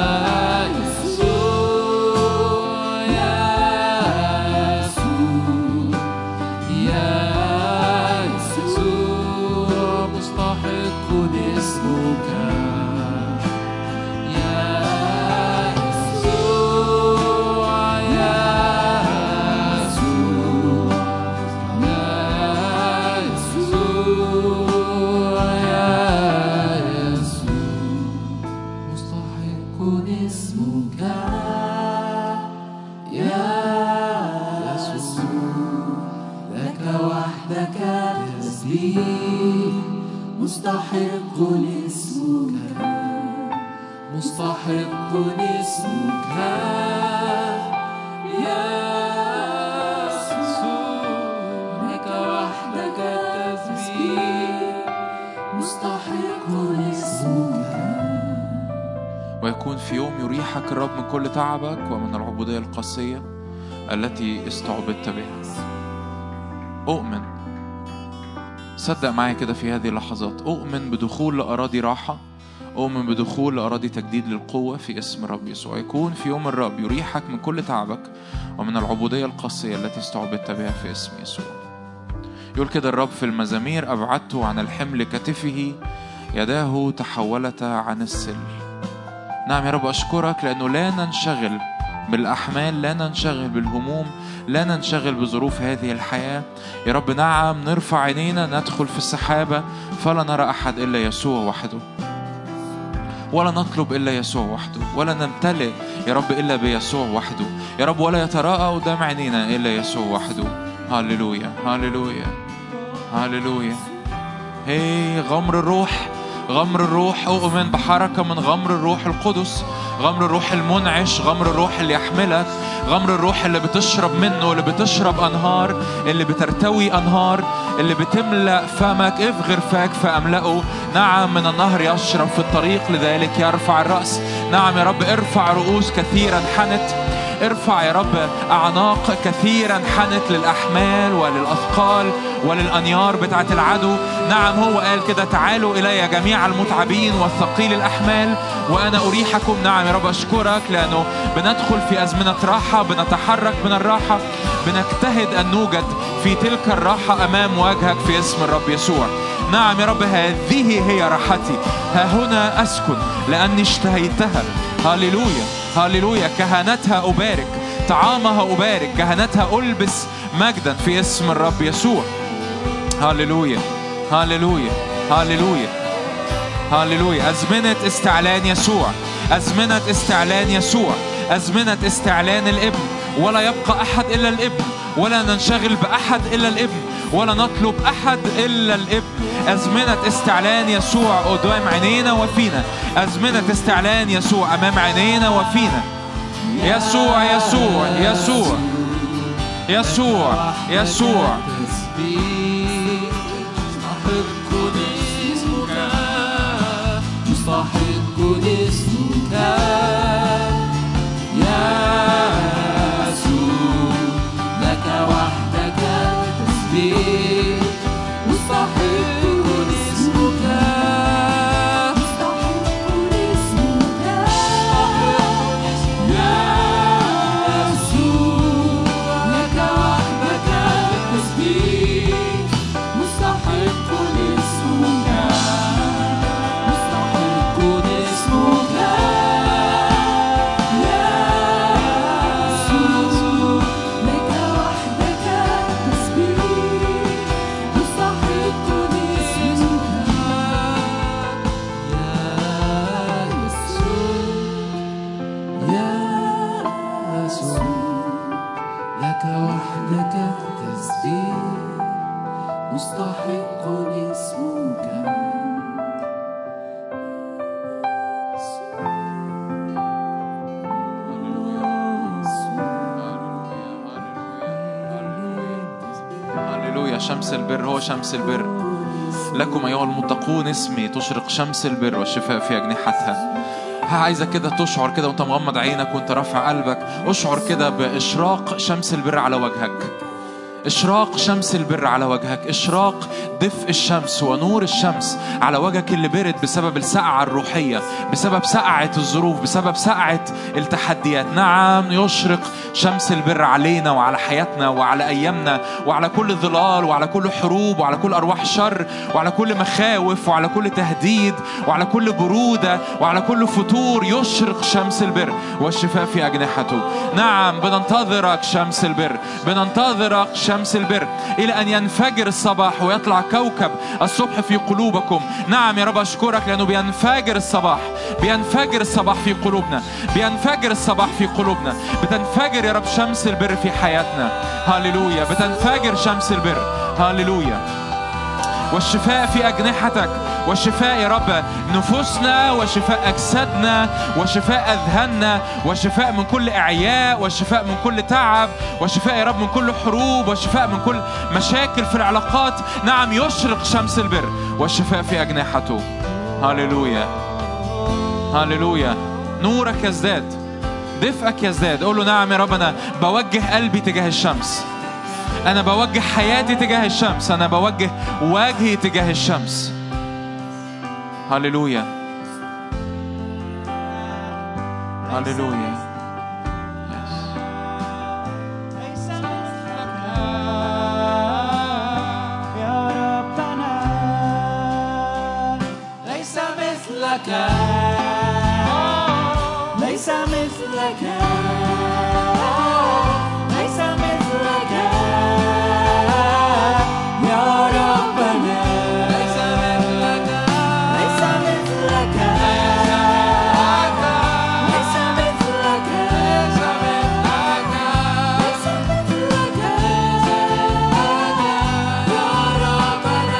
مستحق اسمك، مستحق اسمك يا يسوع لك وحدك التسبيح، مستحق اسمك. ويكون في يوم يريحك الرب من كل تعبك ومن العبودية القاسية التي استعبدت بها. أؤمن، صدق معايا كده في هذه اللحظات، أؤمن بدخول لأراضي راحة، أؤمن بدخول لأراضي تجديد للقوة في اسم الرب يسوع. يكون في يوم الرب يريحك من كل تعبك ومن العبودية القاسية التي استعبدت بها في اسم يسوع. يقول كده الرب في المزامير: أبعدته عن الحمل كتفه، يداه تحولتا عن السل. نعم يا رب، أشكرك لأنه لا ننشغل بالأحمال، لا ننشغل بالهموم، لا ننشغل بظروف هذه الحياة يا رب. نعم، نرفع عينينا ندخل في السحابة فلا نرى أحد إلا يسوع وحده، ولا نطلب إلا يسوع وحده، ولا نمتلئ يا رب إلا بيسوع وحده يا رب، ولا يتراءى قدام عينينا إلا يسوع وحده. هاليلويا هاليلويا هاليلويا. هي غمر الروح، غمر الروح. أؤمن بحركة من غمر الروح القدس، غمر الروح المنعش، غمر الروح اللي يحملك، غمر الروح اللي بتشرب منه، اللي بتشرب أنهار، اللي بترتوي أنهار، اللي بتملأ فمك. افغر فاك فأملأه. نعم، من النهر يشرب في الطريق، لذلك يرفع الرأس. نعم يا رب، ارفع رؤوس كثيرا حنت، ارفع يا رب أعناق كثيرا حنت للأحمال وللأثقال وللأنيار بتاعت العدو. نعم، هو قال كده: تعالوا إلي جميع المتعبين والثقيل الأحمال وأنا أريحكم. نعم يا رب، أشكرك لأنه بندخل في أزمنة راحة، بنتحرك من الراحة، بنجتهد أن نوجد في تلك الراحة أمام وجهك في اسم الرب يسوع. نعم يا رب، هذه هي راحتي، ها هنا أسكن لأني اشتهيتها. هاليلويا هاليلويا. كهنتها أبارك، طعامها أبارك، كهنتها ألبس مجدا في اسم الرب يسوع. هاليلويا هاليلويا هاليلويا هاليلويا. أزمنة استعلان يسوع، أزمنة استعلان يسوع، أزمنة استعلان الابن. ولا يبقى أحد إلا الابن، ولا ننشغل بأحد إلا الابن، ولا نطلب أحد إلا الابن. أزمنة استعلان يسوع قدام عينينا وفينا، أزمنة استعلان يسوع أمام عينينا وفينا. يسوع يسوع يسوع يسوع يسوع. مستحق اسمك يا يسوع، لك وحدك التسبيح. مستحق اسمك، مستحق اسمك يا يسوع، لك وحدك التسبيح. مستحق اسمك، مستحق اسمك يا يسوع، لك وحدك التسبيح. مستحق اسمك يا يسوع، يا يسوع، لك وحدك التسبيح. مستحق اسمك. هاليلويا. شمس البر هو شمس البر. لكم أيها المتقون اسمي تشرق شمس البر والشفاء في أجنحتها. عايزك كده تشعر كده وانت مغمض عينك وانت رافع قلبك، اشعر كده بإشراق شمس البر على وجهك. إشراق شمس البر على وجهك، إشراق دفء الشمس ونور الشمس على وجهك اللي برد بسبب السقعة الروحية، بسبب سقعة الظروف، بسبب سقعة التحديات. نعم، يشرق شمس البر علينا وعلى حياتنا وعلى أيامنا وعلى كل ظلال وعلى كل حروب وعلى كل أرواح شر وعلى كل مخاوف وعلى كل تهديد وعلى كل برودة وعلى كل فتور. يشرق شمس البر والشفاء في أجنحته. نعم، بننتظرك شمس البر، بننتظرك شمس البر إلى أن ينفجر الصباح ويطلع كوكب الصبح في قلوبكم. نعم يا رب، أشكرك لأنه بينفجر الصباح، بينفجر الصباح في قلوبنا، بينفجر الصباح في قلوبنا. بتنفجر يا رب شمس البر في حياتنا. هاليلويا. بتنفجر شمس البر. هاليلويا. والشفاء في أجنحتك، والشفاء يا رب نفوسنا، وشفاء أجسادنا، وشفاء أذهاننا، وشفاء من كل إعياء، وشفاء من كل تعب، وشفاء يا رب من كل حروب، وشفاء من كل مشاكل في العلاقات. نعم، يشرق شمس البر والشفاء في أجنحته. هاليلويا هاليلويا. نورك يزداد، دفئك يزداد. قول له نعم يا رب، أنا بوجه قلبي تجاه الشمس، أنا بوجه حياتي تجاه الشمس، أنا بوجه وجهي تجاه الشمس. هاليلويا هاليلويا. ليس مثلك يا ربنا، ليس مثلك، ليس مثلك، ليس مثلك يا ربنا، ليس مثلك، ليس مثلك، ليس مثلك، ليس مثلك، ليس مثلك يا ربنا.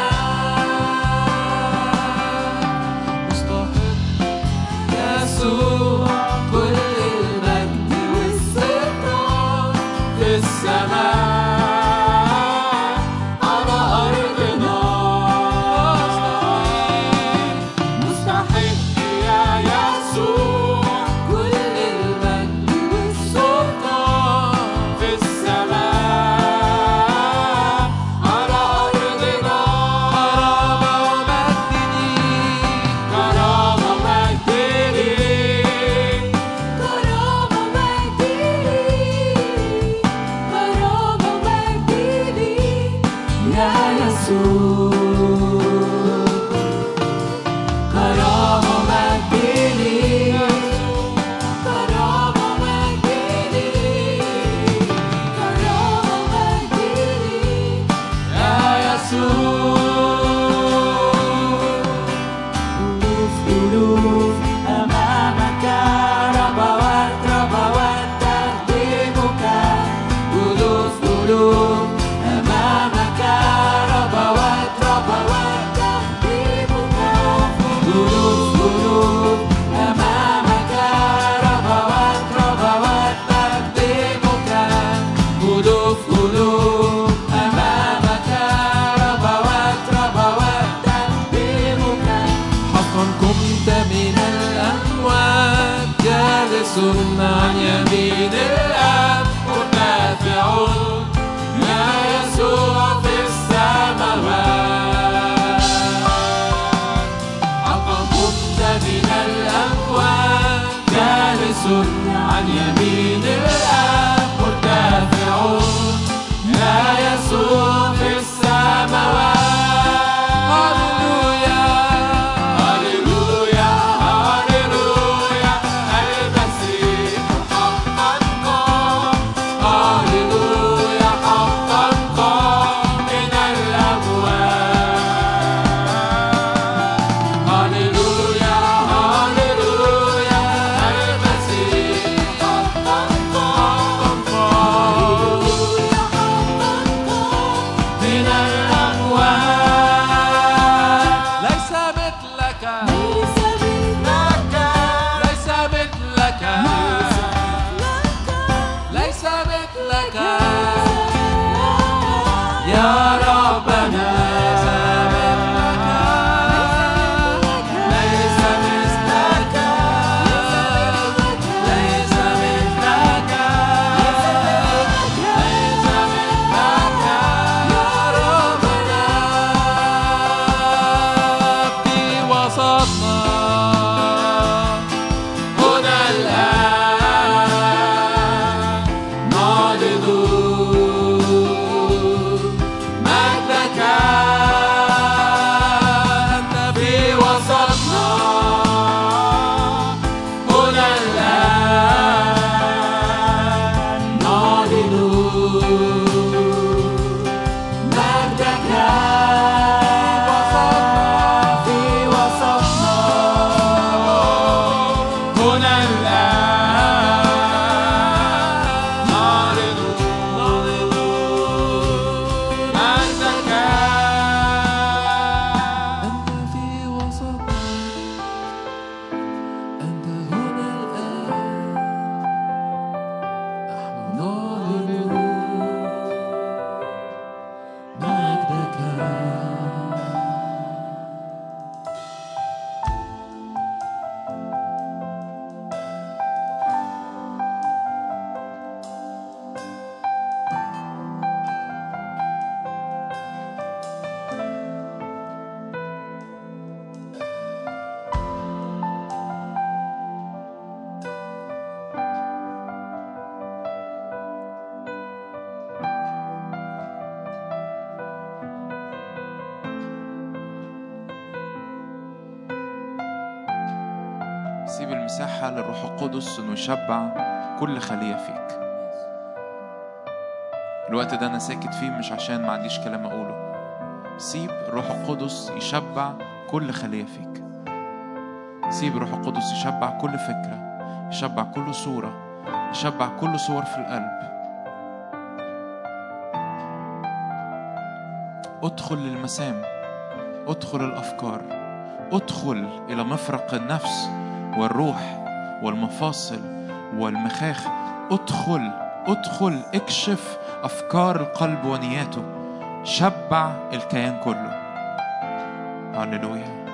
مستحق يسوع كل المجد والسلطان في السماء على أرضنا. مستحق يا يسوع كل المجد والسلطان في السماء على أرضنا. كرامة ومجد ليك، كرامة ومجد ليك، كرامة ومجد عن يمين الآب مرتفع يا يسوع في السماوات حقا قمت من الأموات جالس عن يمين الآب مرتفع يا يسوع في السماوات سيب المساحة للروح القدس إنه يشبع كل خلية فيك. الوقت ده أنا ساكت فيه مش عشان ما عنديش كلام أقوله. سيب الروح القدس يشبع كل خلية فيك. سيب الروح القدس يشبع كل فكرة، يشبع كل صورة، يشبع كل صور في القلب. ادخل للمسام، ادخل الأفكار، ادخل إلى مفرق النفس والروح والمفاصل والمخاخ. ادخل ادخل اكشف أفكار القلب ونياته. شبع الكيان كله. هللويا.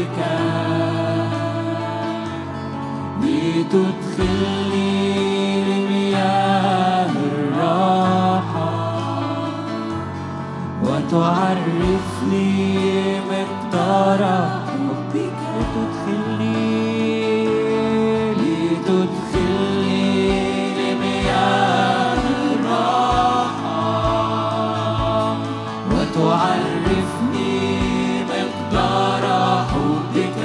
حبك لتدخلني لمياه الراحة وتعرفني مقدار حبك لتدخلني لتدخلني لمياه الراحة وتعرفني مقدار حبك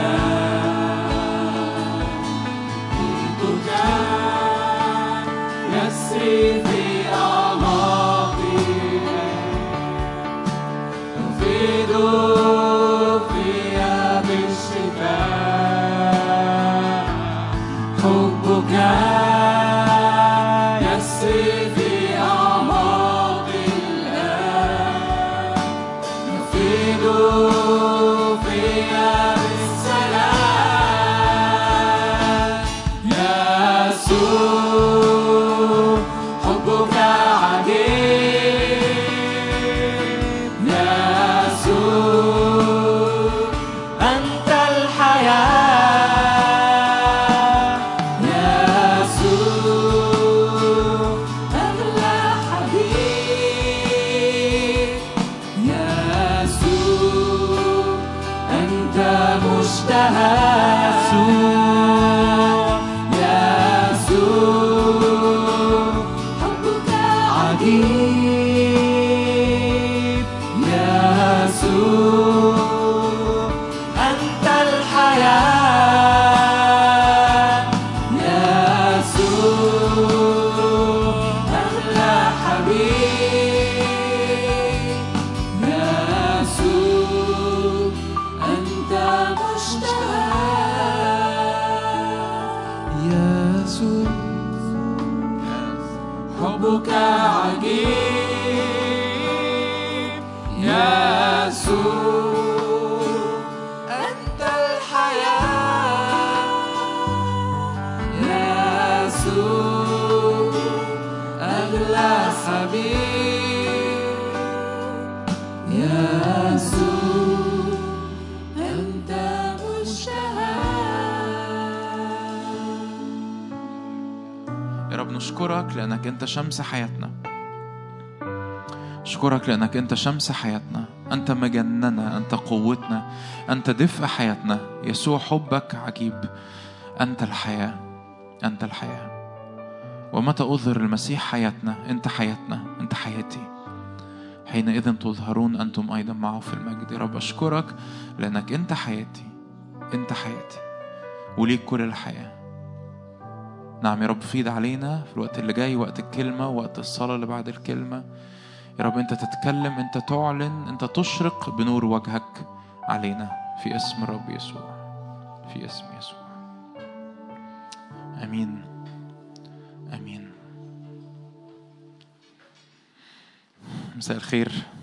يسري في أعماقي تفيض فيها بالشفاء حبك يسري في أعماقي الآن تفيض فيها بالسلام يسوع حبك عجيب يسوع أنت الحياة يسوع أغلى حبيب يسوع أنت مشتهى يسوع يسوع حبك عجيب يسوع أنت الحياة يسوع أغلى حبيب يسوع أنت مشتهى يسوع حبك عجيب يسوع أنت الحياة يسوع أغلى حبيب يسوع أنت مشتهى. يا رب نشكرك لأنك أنت شمس حياتنا. أشكرك لأنك أنت شمس حياتنا، أنت مجننا، أنت قوتنا، أنت دفء حياتنا. يسوع حبك عجيب، أنت الحياة، أنت الحياة. ومتى أظهر المسيح حياتنا، أنت حياتنا، أنت حياتي، حينئذ تظهرون أنتم أيضا معه في المجد. يا رب أشكرك لأنك أنت حياتي، أنت حياتي وليك كل الحياة. نعم يا رب، فيض علينا في الوقت اللي جاي، وقت الكلمة، وقت الصلاة اللي بعد الكلمة. يا رب أنت تتكلم، أنت تعلن، أنت تشرق بنور وجهك علينا في اسم الرب يسوع، في اسم يسوع. آمين آمين. مساء الخير.